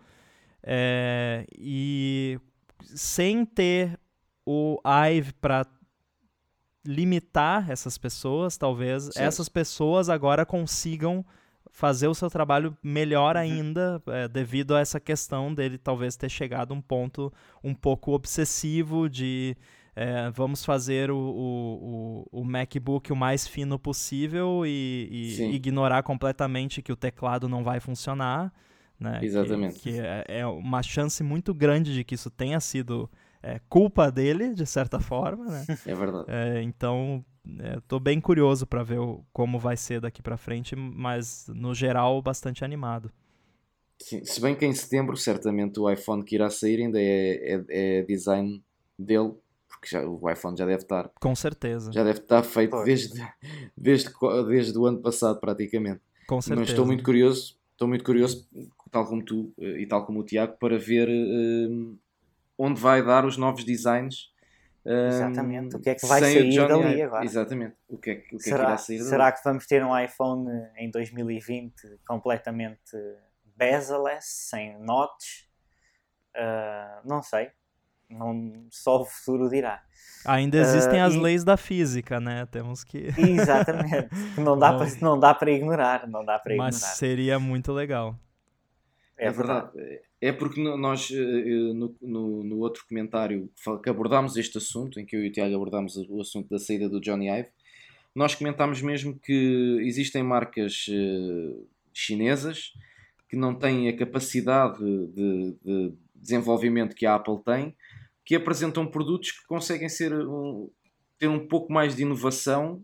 e sem ter o Ive para limitar essas pessoas, talvez essas pessoas agora consigam fazer o seu trabalho melhor ainda, devido a essa questão dele talvez ter chegado a um ponto um pouco obsessivo de vamos fazer o MacBook o mais fino possível e ignorar completamente que o teclado não vai funcionar, né? Exatamente. Que é uma chance muito grande de que isso tenha sido culpa dele, de certa forma, né? É verdade. Então, estou bem curioso para ver como vai ser daqui para frente, mas no geral bastante animado. Sim, se bem que em setembro certamente o iPhone que irá sair ainda é design dele, porque o iPhone já deve estar... Com certeza. Já deve estar feito desde o ano passado praticamente. Com certeza. Mas estou muito curioso, tal como tu e tal como o Tiago, para ver onde vai dar os novos designs. Exatamente. O que é que vai sair dali agora? Exatamente. O que é que irá sair dali? Será que vamos ter um iPhone em 2020 completamente bezel-less, sem notch? Não sei. Só o futuro dirá. Ainda existem as leis da física, né? Temos que... Exatamente. Não dá para ignorar. Mas seria muito legal. É verdade. É porque nós, no outro comentário que abordámos este assunto, em que eu e o Tiago abordámos o assunto da saída do Johnny Ive, nós comentámos mesmo que existem marcas chinesas que não têm a capacidade de desenvolvimento que a Apple tem, que apresentam produtos que conseguem ter um pouco mais de inovação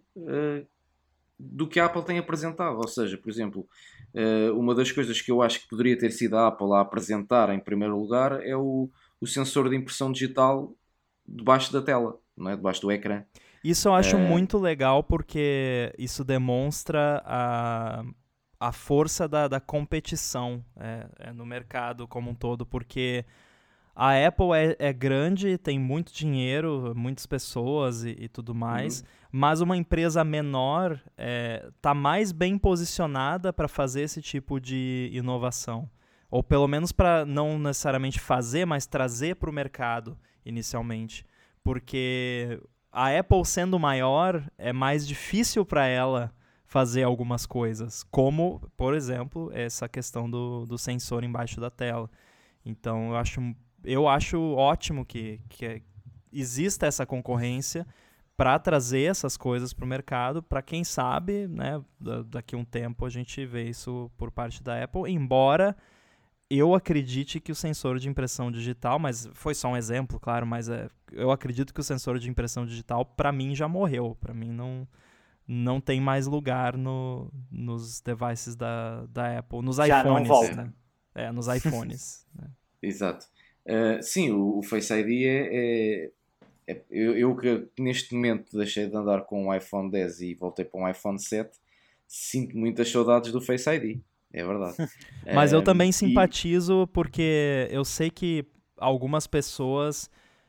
do que a Apple tem apresentado. Ou seja, por exemplo, uma das coisas que eu acho que poderia ter sido a Apple a apresentar em primeiro lugar é o sensor de impressão digital debaixo da tela, não é? Debaixo do ecrã. Isso eu acho muito legal porque isso demonstra a força da competição no mercado como um todo, porque a Apple é grande, tem muito dinheiro, muitas pessoas e tudo mais, mas uma empresa menor está mais bem posicionada para fazer esse tipo de inovação. Ou pelo menos para não necessariamente fazer, mas trazer para o mercado inicialmente. Porque a Apple sendo maior, é mais difícil para ela fazer algumas coisas, como, por exemplo, essa questão do sensor embaixo da tela. Então, eu acho ótimo que exista essa concorrência para trazer essas coisas para o mercado, para quem sabe, né, daqui a um tempo a gente vê isso por parte da Apple, embora eu acredite que o sensor de impressão digital, mas foi só um exemplo, claro, mas eu acredito que o sensor de impressão digital, para mim, já morreu. Para mim, não tem mais lugar nos devices da Apple, nos já iPhones. Não volta. Né? Nos iPhones. Né? Exato. Sim, o Face ID eu que neste momento deixei de andar com um iPhone X e voltei para um iPhone 7, sinto muitas saudades do Face ID. É verdade. Mas eu também simpatizo porque eu sei que algumas pessoas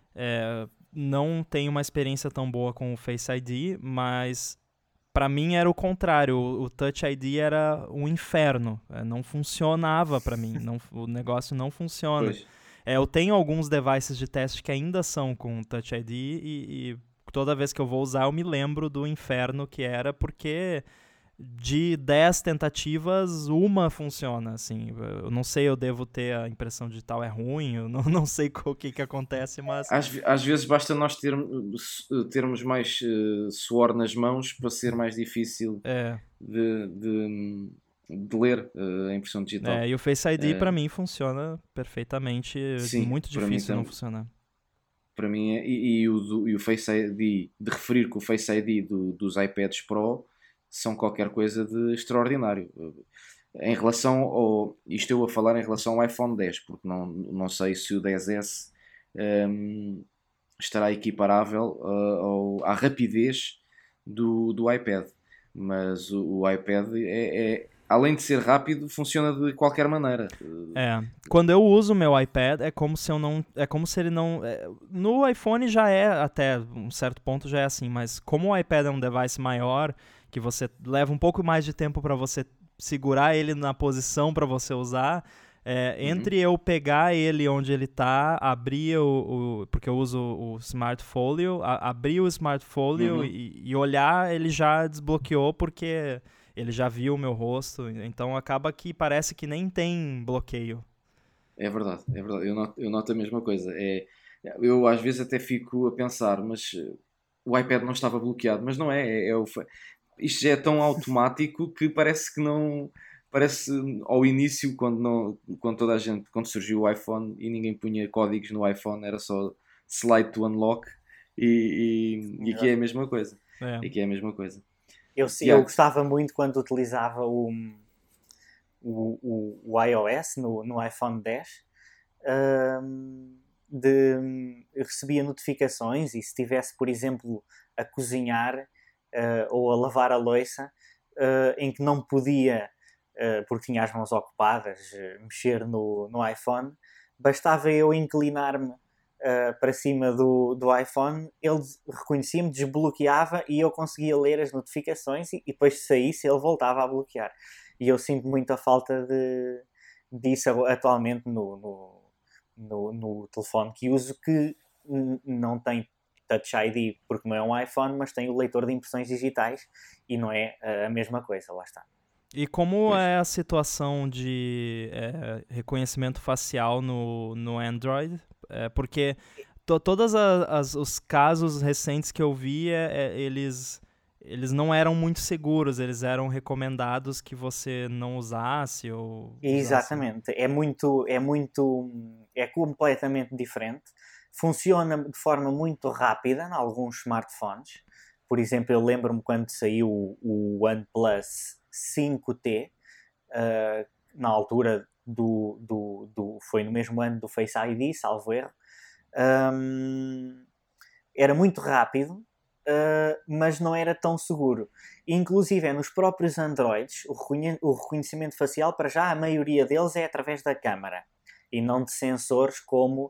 não têm uma experiência tão boa com o Face ID, mas para mim era o contrário. O Touch ID era um inferno. Não funcionava para mim. O negócio não funciona. Eu tenho alguns devices de teste que ainda são com Touch ID e toda vez que eu vou usar eu me lembro do inferno que era, porque de 10 tentativas, uma funciona, assim. Eu não sei, eu devo ter a impressão digital é ruim, eu não sei o que acontece, mas... Às vezes basta nós termos mais suor nas mãos para ser mais difícil de ler a impressão digital. E o Face ID para mim funciona perfeitamente, sim, muito difícil não funcionar. Para mim, e o Face ID, de referir que o Face ID dos iPads Pro são qualquer coisa de extraordinário. Em relação isto eu a falar em relação ao iPhone X, porque não sei se o XS estará equiparável à rapidez do iPad, mas o iPad além de ser rápido, funciona de qualquer maneira. Quando eu uso o meu iPad, é como se ele não... no iPhone já até um certo ponto já é assim, mas como o iPad é um device maior, que você leva um pouco mais de tempo para você segurar ele na posição para você usar, entre eu pegar ele onde ele está, abrir porque eu uso o Smart Folio, abrir o Smart Folio e olhar, ele já desbloqueou porque ele já viu o meu rosto, então acaba que parece que nem tem bloqueio. É verdade. Eu noto a mesma coisa. Eu às vezes até fico a pensar, mas o iPad não estava bloqueado, mas não é. Isto já é tão automático que parece que não... Parece ao início, quando toda a gente, quando surgiu o iPhone e ninguém punha códigos no iPhone, era só slide to unlock e que é a mesma coisa. E que é a mesma coisa. Eu gostava muito quando utilizava o iOS no iPhone X, recebia notificações e se estivesse, por exemplo, a cozinhar ou a lavar a louça, em que não podia, porque tinha as mãos ocupadas, mexer no iPhone, bastava eu inclinar-me para cima do iPhone, ele reconhecia-me, desbloqueava e eu conseguia ler as notificações e depois se saísse ele voltava a bloquear. E eu sinto muita falta disso atualmente no telefone que uso, que não tem Touch ID porque não é um iPhone, mas tem o leitor de impressões digitais e não é a mesma coisa, lá está. E como é a situação de reconhecimento facial no Android? Porque todos os casos recentes que eu vi, eles não eram muito seguros, eles eram recomendados que você não usasse ou usasse. Exatamente, é completamente diferente. Funciona de forma muito rápida em alguns smartphones. Por exemplo, eu lembro-me quando saiu o OnePlus 5T, na altura foi no mesmo ano do Face ID, salvo erro. Era muito rápido, mas não era tão seguro. Inclusive, nos próprios Androids, o reconhecimento facial, para já, a maioria deles é através da câmara e não de sensores como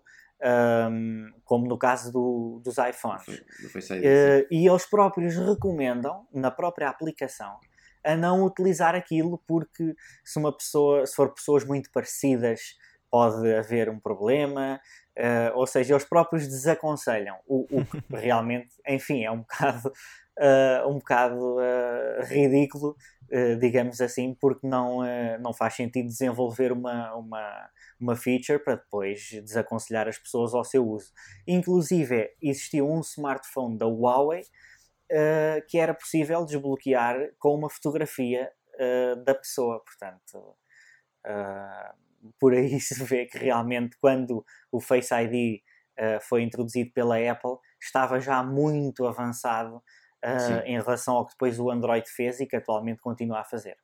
no caso dos iPhones. Do Face ID, e eles próprios recomendam, na própria aplicação, a não utilizar aquilo, porque se for pessoas muito parecidas, pode haver um problema. Ou seja, eles próprios desaconselham, o que realmente, enfim, é um bocado ridículo, digamos assim, porque não faz sentido desenvolver uma feature para depois desaconselhar as pessoas ao seu uso. Inclusive, existiu um smartphone da Huawei que era possível desbloquear com uma fotografia da pessoa, portanto... por aí se vê que realmente quando o Face ID foi introduzido pela Apple, estava já muito avançado em relação ao que depois o Android fez e que atualmente continua a fazer.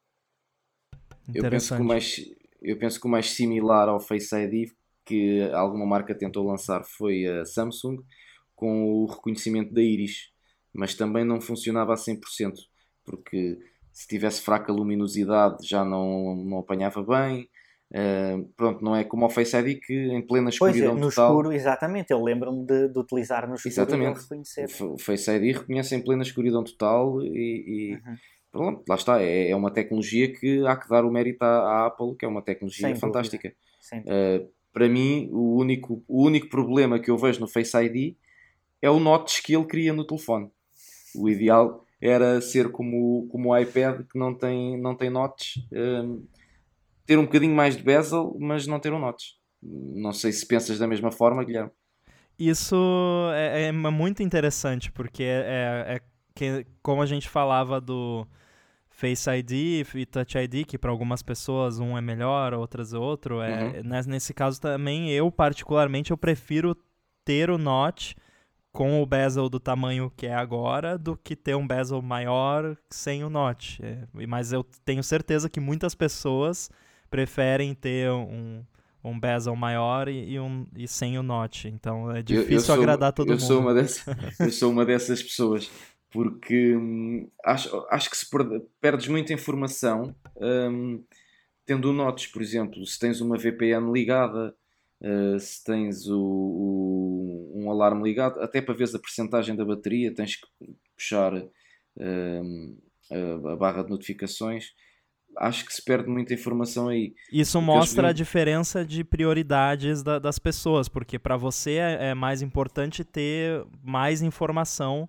Eu penso que o mais similar ao Face ID que alguma marca tentou lançar foi a Samsung, com o reconhecimento da íris, mas também não funcionava a 100%, porque se tivesse fraca luminosidade já não apanhava bem. Pronto, não é como ao Face ID que em plena escuridão no total... escuro, exatamente, eu lembro-me de utilizar no escuro. Exatamente. E reconhecer. O Face ID reconhece em plena escuridão total e pronto, lá está, é uma tecnologia que há que dar o mérito à Apple, que é uma tecnologia Sem fantástica. dúvida. Para mim, o único problema que eu vejo no Face ID é o notch que ele cria no telefone. O ideal era ser como o iPad, que não tem notch, ter um bocadinho mais de bezel, mas não ter um notch. Não sei se pensas da mesma forma, Guilherme. Isso é muito interessante, porque como a gente falava do Face ID e Touch ID, que para algumas pessoas um é melhor, outras é outro. Nesse caso também, particularmente, eu prefiro ter o notch com o bezel do tamanho que é agora, do que ter um bezel maior sem o notch. Mas eu tenho certeza que muitas pessoas preferem ter um bezel maior e sem o notch. Então é difícil agradar todo mundo. Eu sou uma dessas pessoas, porque acho que perdes muita informação tendo o notch, por exemplo. Se tens uma VPN ligada, se tens um alarme ligado, até para veres a percentagem da bateria, tens que puxar a barra de notificações. Acho que se perde muita informação aí. Isso mostra a diferença de prioridades das pessoas, porque para você é mais importante ter mais informação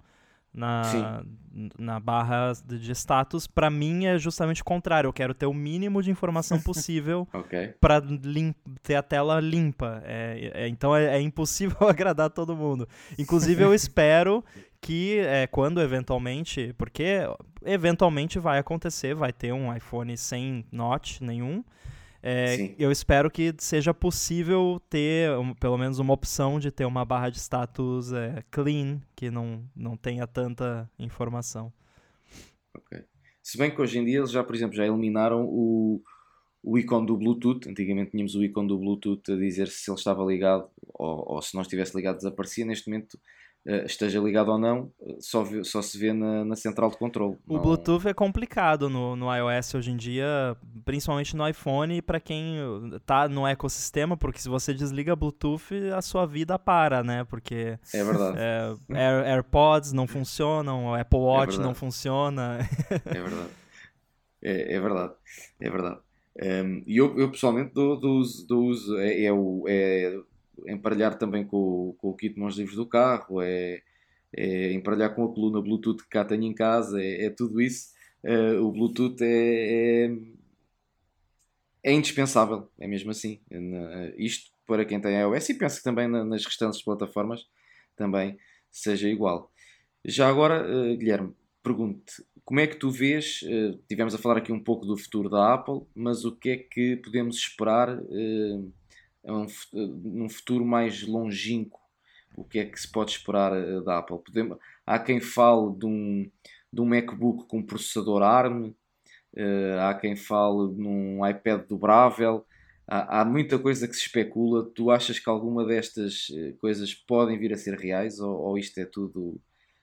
na barra de status. Para mim é justamente o contrário, eu quero ter o mínimo de informação possível para ter a tela limpa. Então é impossível agradar todo mundo. Inclusive eu espero que quando eventualmente, porque eventualmente vai acontecer, vai ter um iPhone sem notch nenhum, eu espero que seja possível ter pelo menos uma opção de ter uma barra de status clean, que não tenha tanta informação. Se bem que hoje em dia eles já, por exemplo, já eliminaram o ícone do Bluetooth. Antigamente tínhamos o ícone do Bluetooth a dizer se ele estava ligado ou se não estivesse ligado desaparecia. Neste momento, esteja ligado ou não, só se vê na central de controle. O Bluetooth é complicado no iOS hoje em dia, principalmente no iPhone, para quem está no ecossistema, porque se você desliga Bluetooth, a sua vida para, né? Porque é verdade. AirPods não funcionam, o Apple Watch não funciona. É verdade. É verdade. É verdade. E eu pessoalmente dou uso emparelhar também com o kit de mãos livres do carro, emparelhar com a coluna Bluetooth que cá tenho em casa, tudo isso o Bluetooth é indispensável, é mesmo assim. Isto para quem tem iOS, e penso que também nas restantes plataformas também seja igual. Já agora, Guilherme, pergunto-te, como é que tu vês, tivemos a falar aqui um pouco do futuro da Apple, mas o que é que podemos esperar num futuro mais longínquo? O que é que se pode esperar da Apple? Há quem fale de um MacBook com processador ARM, há quem fale num iPad dobrável, há muita coisa que se especula. Tu achas que alguma destas coisas podem vir a ser reais, ou isto é tudo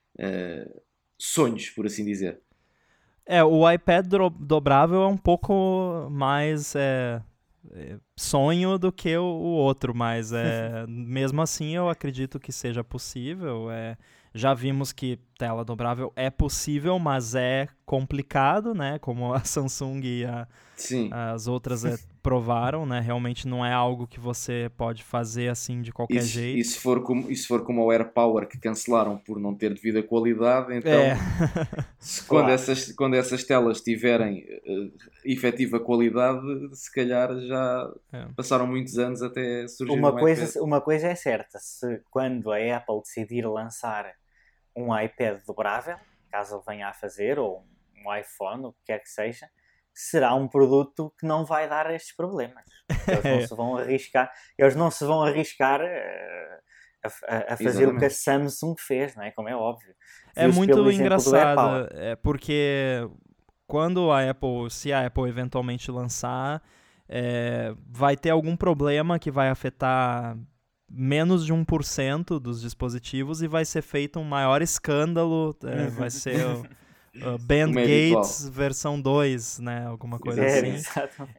sonhos, por assim dizer? O iPad dobrável é um pouco mais sonho do que o outro, mas mesmo assim eu acredito que seja possível. Já vimos que tela dobrável é possível, mas é complicado, né? Como a Samsung e as outras provaram, né? Realmente não é algo que você pode fazer assim de qualquer jeito. E se for como o AirPower, que cancelaram por não ter devida qualidade, então quando essas telas tiverem efetiva qualidade, se calhar já passaram muitos anos até surgir uma coisa é certa, quando a Apple decidir lançar um iPad dobrável, caso ele venha a fazer, ou um iPhone, o que quer que seja, será um produto que não vai dar estes problemas. Eles não se vão arriscar a fazer o que a Samsung fez, não é? Como é óbvio. É muito engraçado, porque se a Apple eventualmente lançar, vai ter algum problema que vai afetar menos de 1% dos dispositivos e vai ser feito um maior escândalo, vai ser o Bandgates versão 2, né, alguma coisa assim. Exatamente.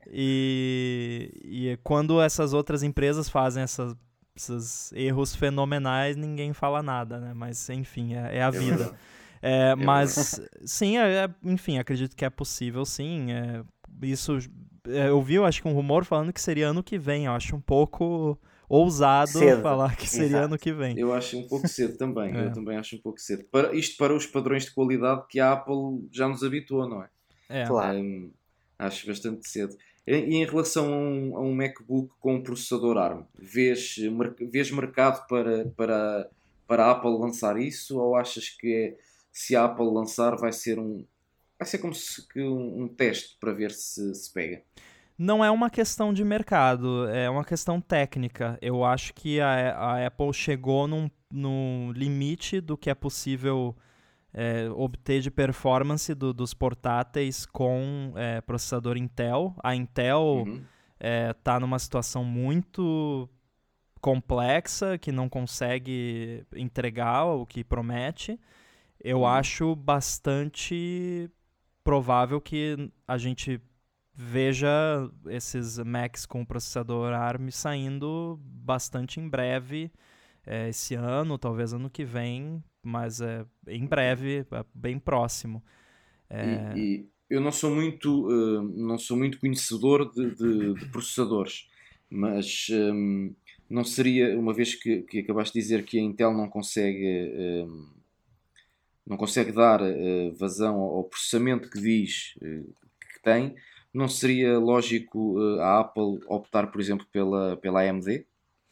E quando essas outras empresas fazem esses erros fenomenais, ninguém fala nada, né, mas enfim, é a vida. Mas sim, enfim, acredito que é possível, sim. Isso, eu vi, acho que um rumor falando que seria ano que vem. Eu acho um pouco ousado falar que seria ano que vem. Eu acho um pouco cedo também. Eu também acho um pouco cedo. Isto para os padrões de qualidade que a Apple já nos habituou, não é? Claro. Acho bastante cedo. E em relação a um MacBook com um processador ARM, vês mercado para a Apple lançar isso, ou achas que se a Apple lançar vai ser como um teste para ver se pega? Não é uma questão de mercado, é uma questão técnica. Eu acho que a Apple chegou no limite do que é possível obter de performance dos portáteis com processador Intel. A Intel está numa situação muito complexa, que não consegue entregar o que promete. Eu acho bastante provável que a gente veja esses Macs com processador ARM saindo bastante em breve, esse ano, talvez ano que vem, mas em breve, bem próximo. E eu não sou muito conhecedor de processadores, mas não seria, uma vez que acabaste de dizer que a Intel não consegue dar vazão ao processamento que diz que tem, não seria lógico a Apple optar, por exemplo, pela AMD?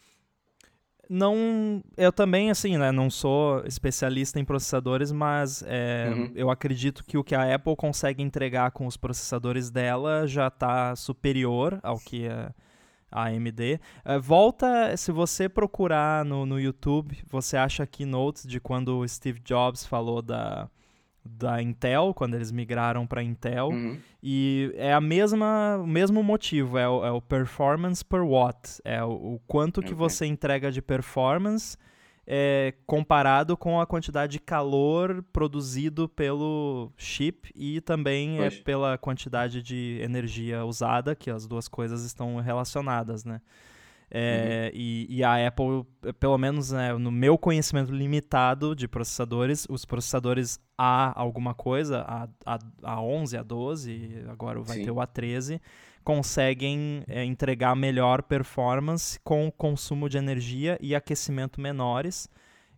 Não, eu também, assim, né, não sou especialista em processadores, mas eu acredito que o que a Apple consegue entregar com os processadores dela já está superior ao que a AMD. Se você procurar no YouTube, você acha keynotes de quando o Steve Jobs falou da Intel, quando eles migraram para Intel, e é o mesmo motivo, é o performance per watt, é o quanto que você entrega de performance comparado com a quantidade de calor produzido pelo chip e também pela quantidade de energia usada, que as duas coisas estão relacionadas, né? E a Apple, pelo menos no meu conhecimento limitado de processadores, os processadores A alguma coisa, A11, A12, agora vai ter o A13, conseguem entregar melhor performance com consumo de energia e aquecimento menores.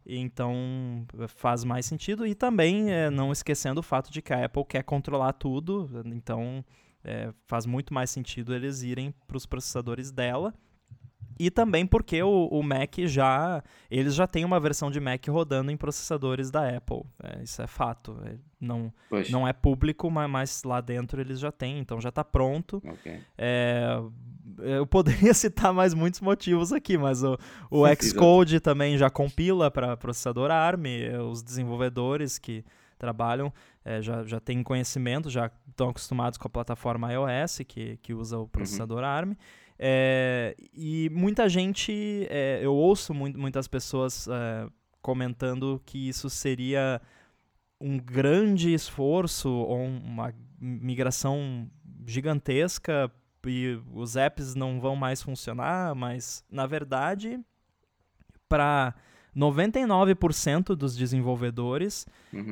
Então faz mais sentido. E também não esquecendo o fato de que a Apple quer controlar tudo, então faz muito mais sentido eles irem para os processadores dela. E também porque o Mac eles já têm uma versão de Mac rodando em processadores da Apple. Isso é fato. Não é público, mas lá dentro eles já têm, então já está pronto. Okay. Eu poderia citar mais muitos motivos aqui, mas o Xcode também já compila para processador ARM. Os desenvolvedores que trabalham já têm conhecimento, já estão acostumados com a plataforma iOS, que usa o processador ARM. E muita gente, eu ouço muitas pessoas comentando que isso seria um grande esforço ou uma migração gigantesca e os apps não vão mais funcionar, mas na verdade, para 99% dos desenvolvedores,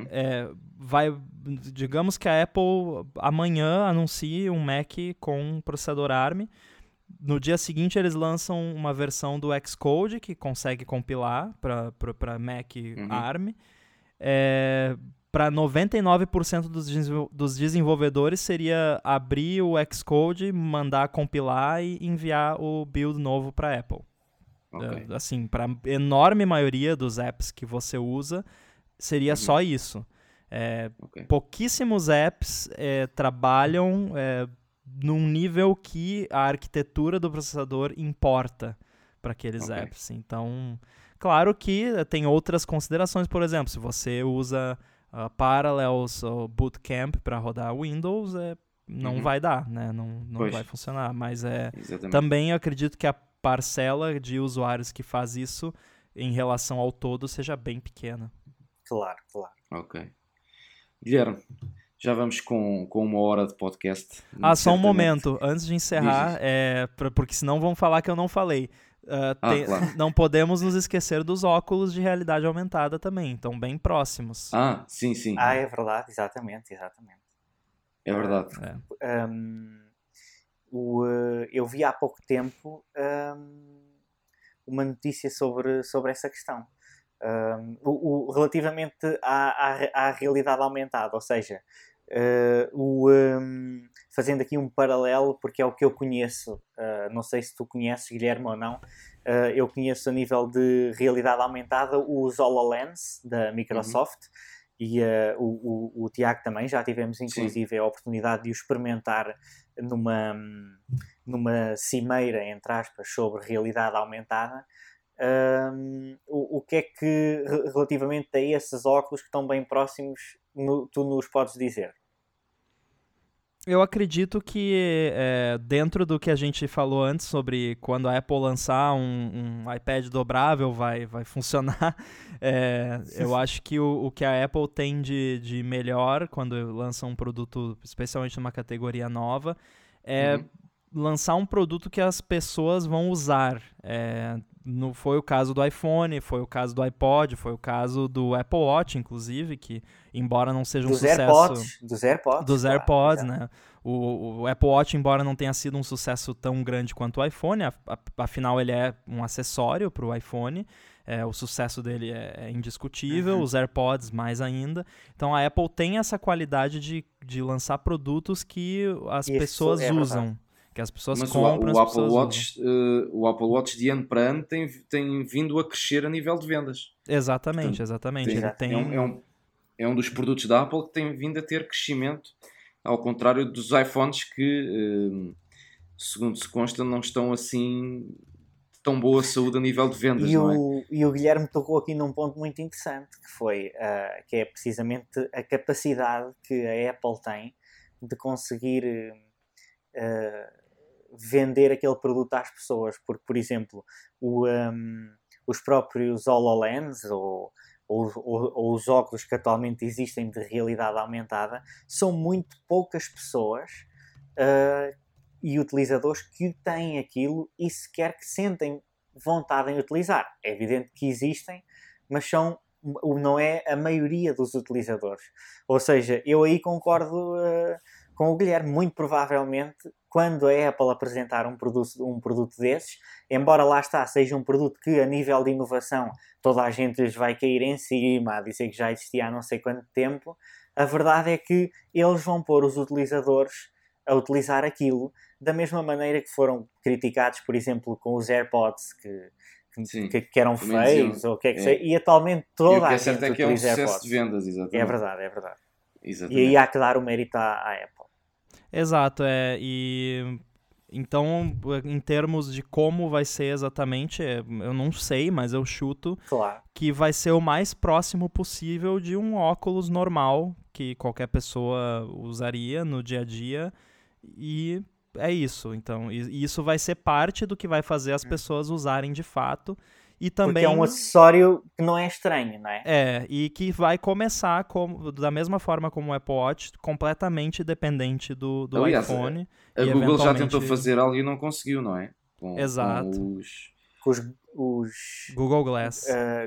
digamos que a Apple amanhã anuncie um Mac com um processador ARM. No dia seguinte, eles lançam uma versão do Xcode que consegue compilar para Mac ARM. Para 99% dos desenvolvedores, seria abrir o Xcode, mandar compilar e enviar o build novo para a Apple. Okay. Assim, para a enorme maioria dos apps que você usa, seria só isso. Pouquíssimos apps trabalham num nível que a arquitetura do processador importa para aqueles apps. Então, claro que tem outras considerações. Por exemplo, se você usa Parallels ou Bootcamp para rodar Windows, não vai dar, né? Não vai funcionar. Mas também eu acredito que a parcela de usuários que faz isso em relação ao todo seja bem pequena. Claro. Ok. Guilherme, já vamos com 1 hora de podcast. Só um momento, antes de encerrar, porque senão vão falar que eu não falei. Claro. Não podemos nos esquecer dos óculos de realidade aumentada também, estão bem próximos. Sim. É verdade, exatamente. É verdade. Eu vi há pouco tempo uma notícia sobre essa questão. Relativamente à realidade aumentada, ou seja, fazendo aqui um paralelo, porque é o que eu conheço, não sei se tu conheces, Guilherme, ou não, eu conheço a nível de realidade aumentada os HoloLens da Microsoft, e o Tiago também, já tivemos inclusive a oportunidade de o experimentar numa cimeira, entre aspas, sobre realidade aumentada. O que é que, relativamente a esses óculos que estão bem próximos, tu nos podes dizer? Eu acredito que dentro do que a gente falou antes sobre quando a Apple lançar um iPad dobrável vai funcionar, eu acho que o que a Apple tem de melhor quando lança um produto, especialmente numa categoria nova, é lançar um produto que as pessoas vão usar. Foi o caso do iPhone, foi o caso do iPod, foi o caso do Apple Watch, inclusive, que embora não seja um sucesso... Dos AirPods, né? O Apple Watch, embora não tenha sido um sucesso tão grande quanto o iPhone, afinal ele é um acessório para o iPhone, o sucesso dele é indiscutível, os AirPods mais ainda. Então a Apple tem essa qualidade de lançar produtos que as pessoas usam. Verdade. Que as pessoas Mas compram, o Apple Watch de ano para ano tem vindo a crescer a nível de vendas. Exatamente. É um dos produtos da Apple que tem vindo a ter crescimento, ao contrário dos iPhones que, segundo se consta, não estão assim de tão boa saúde a nível de vendas. E o Guilherme tocou aqui num ponto muito interessante, que é precisamente a capacidade que a Apple tem de conseguir vender aquele produto às pessoas, porque, por exemplo, os próprios HoloLens ou os óculos que atualmente existem de realidade aumentada, são muito poucas pessoas e utilizadores que têm aquilo e sequer que sentem vontade em utilizar. É evidente que existem, mas não é a maioria dos utilizadores. Ou seja, eu aí concordo com o Guilherme, muito provavelmente, quando a Apple apresentar um produto desses, embora lá está, seja um produto que a nível de inovação toda a gente lhes vai cair em cima, a dizer que já existia há não sei quanto tempo, a verdade é que eles vão pôr os utilizadores a utilizar aquilo da mesma maneira que foram criticados, por exemplo, com os AirPods que eram feios, ou o que é que seja, e atualmente toda a gente é que é um utiliza sucesso AirPods. de vendas, exatamente. É verdade. Exatamente. E aí há que dar o mérito à Apple. Exato, e então, em termos de como vai ser exatamente, eu não sei, mas eu chuto que vai ser o mais próximo possível de um óculos normal que qualquer pessoa usaria no dia a dia, e é isso. Então, isso vai ser parte do que vai fazer as pessoas usarem de fato. E também, porque é um acessório que não é estranho, não é? E que vai começar da mesma forma como o Apple Watch, completamente dependente do Aliás, iPhone. A Google já tentou fazer algo e não conseguiu, não é? Exato. Com os Google Glass.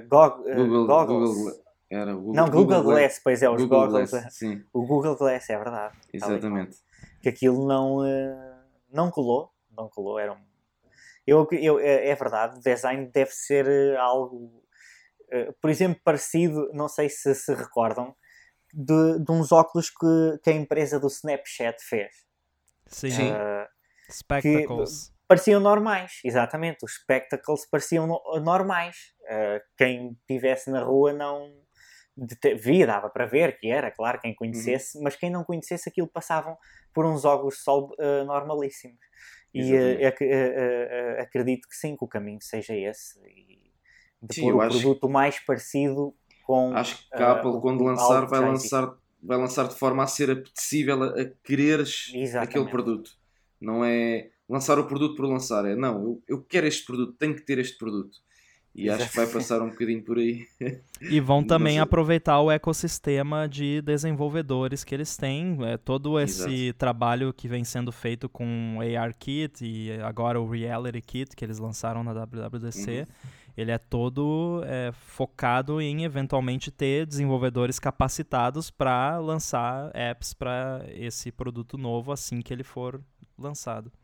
Goggles. Era o Google Glass, pois é, os Google goggles. Glass, sim. O Google Glass, é verdade. Exatamente. Que aquilo não colou, era é verdade, o design deve ser algo, por exemplo, parecido, não sei se recordam, de uns óculos que a empresa do Snapchat fez. Sim. Spectacles. Pareciam normais, exatamente. Os Spectacles pareciam normais. Quem estivesse na rua não dava para ver que era, claro, quem conhecesse, mas quem não conhecesse aquilo passavam por uns óculos de sol normalíssimos. E acredito que sim, que o caminho seja esse. E de pôr o produto mais parecido com... Acho que a Apple, quando lançar, vai lançar de forma a ser apetecível a quereres aquele produto. Não é lançar o produto por lançar. É, não, eu quero este produto, tenho que ter este produto. E acho que vai passar um bocadinho por aí. E vão também aproveitar o ecossistema de desenvolvedores que eles têm. Todo esse trabalho que vem sendo feito com o ARKit e agora o Reality Kit que eles lançaram na WWDC, ele é todo focado em eventualmente ter desenvolvedores capacitados para lançar apps para esse produto novo assim que ele for lançado.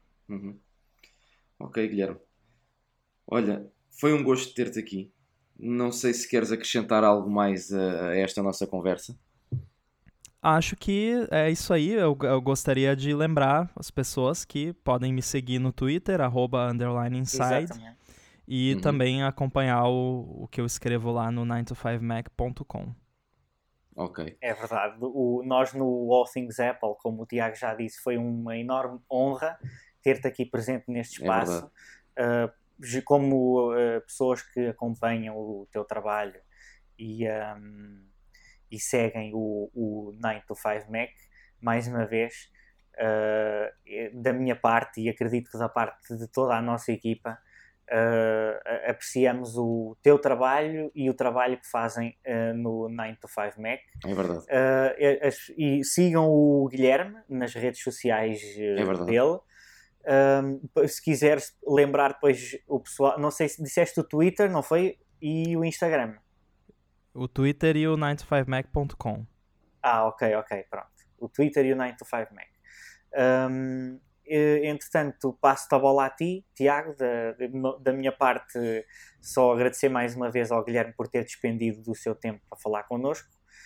Ok, Guilherme. Olha, foi um gosto ter-te aqui. Não sei se queres acrescentar algo mais a esta nossa conversa. Acho que é isso aí. Eu gostaria de lembrar as pessoas que podem me seguir no Twitter, @_inside. E também acompanhar o que eu escrevo lá no 9to5mac.com. Ok. É verdade. Nós no All Things Apple, como o Tiago já disse, foi uma enorme honra ter-te aqui presente neste espaço. Como pessoas que acompanham o teu trabalho e seguem o 9to5Mac, mais uma vez, da minha parte, e acredito que da parte de toda a nossa equipa, apreciamos o teu trabalho e o trabalho que fazem no 9to5Mac. É verdade. E sigam o Guilherme nas redes sociais dele. Se quiseres lembrar depois o pessoal, não sei se disseste o Twitter, não foi? E o Instagram? O Twitter e o 9to5mac.com. Ok, pronto. O Twitter e o 9to5mac. Entretanto, passo-te a bola a ti, Tiago. Da minha parte, só agradecer mais uma vez ao Guilherme por ter despendido do seu tempo para falar connosco.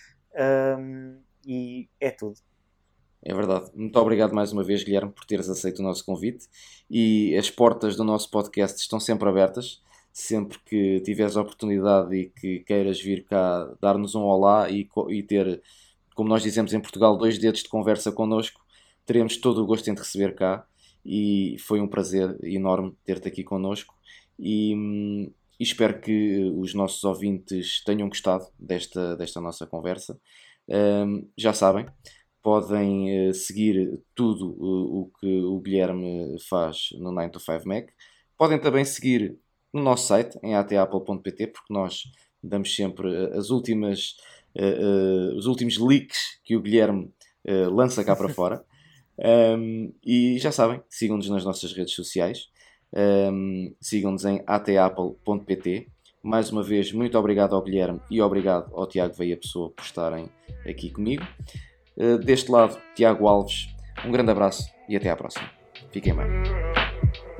E é tudo. É verdade. Muito obrigado mais uma vez, Guilherme, por teres aceito o nosso convite. E as portas do nosso podcast estão sempre abertas. Sempre que tiveres a oportunidade e que queiras vir cá dar-nos um olá e ter, como nós dizemos em Portugal, 2 dedos de conversa connosco, teremos todo o gosto em te receber cá. E foi um prazer enorme ter-te aqui connosco. E espero que os nossos ouvintes tenham gostado desta nossa conversa. Já sabem, podem seguir tudo o que o Guilherme faz no 9to5Mac. Podem também seguir no nosso site, em atapple.pt, porque nós damos sempre os últimos leaks que o Guilherme lança cá para fora. E já sabem, sigam-nos nas nossas redes sociais. Sigam-nos em atapple.pt. Mais uma vez, muito obrigado ao Guilherme e obrigado ao Tiago Veia Pessoa por estarem aqui comigo. Deste lado, Tiago Alves, um grande abraço e até à próxima. Fiquem bem.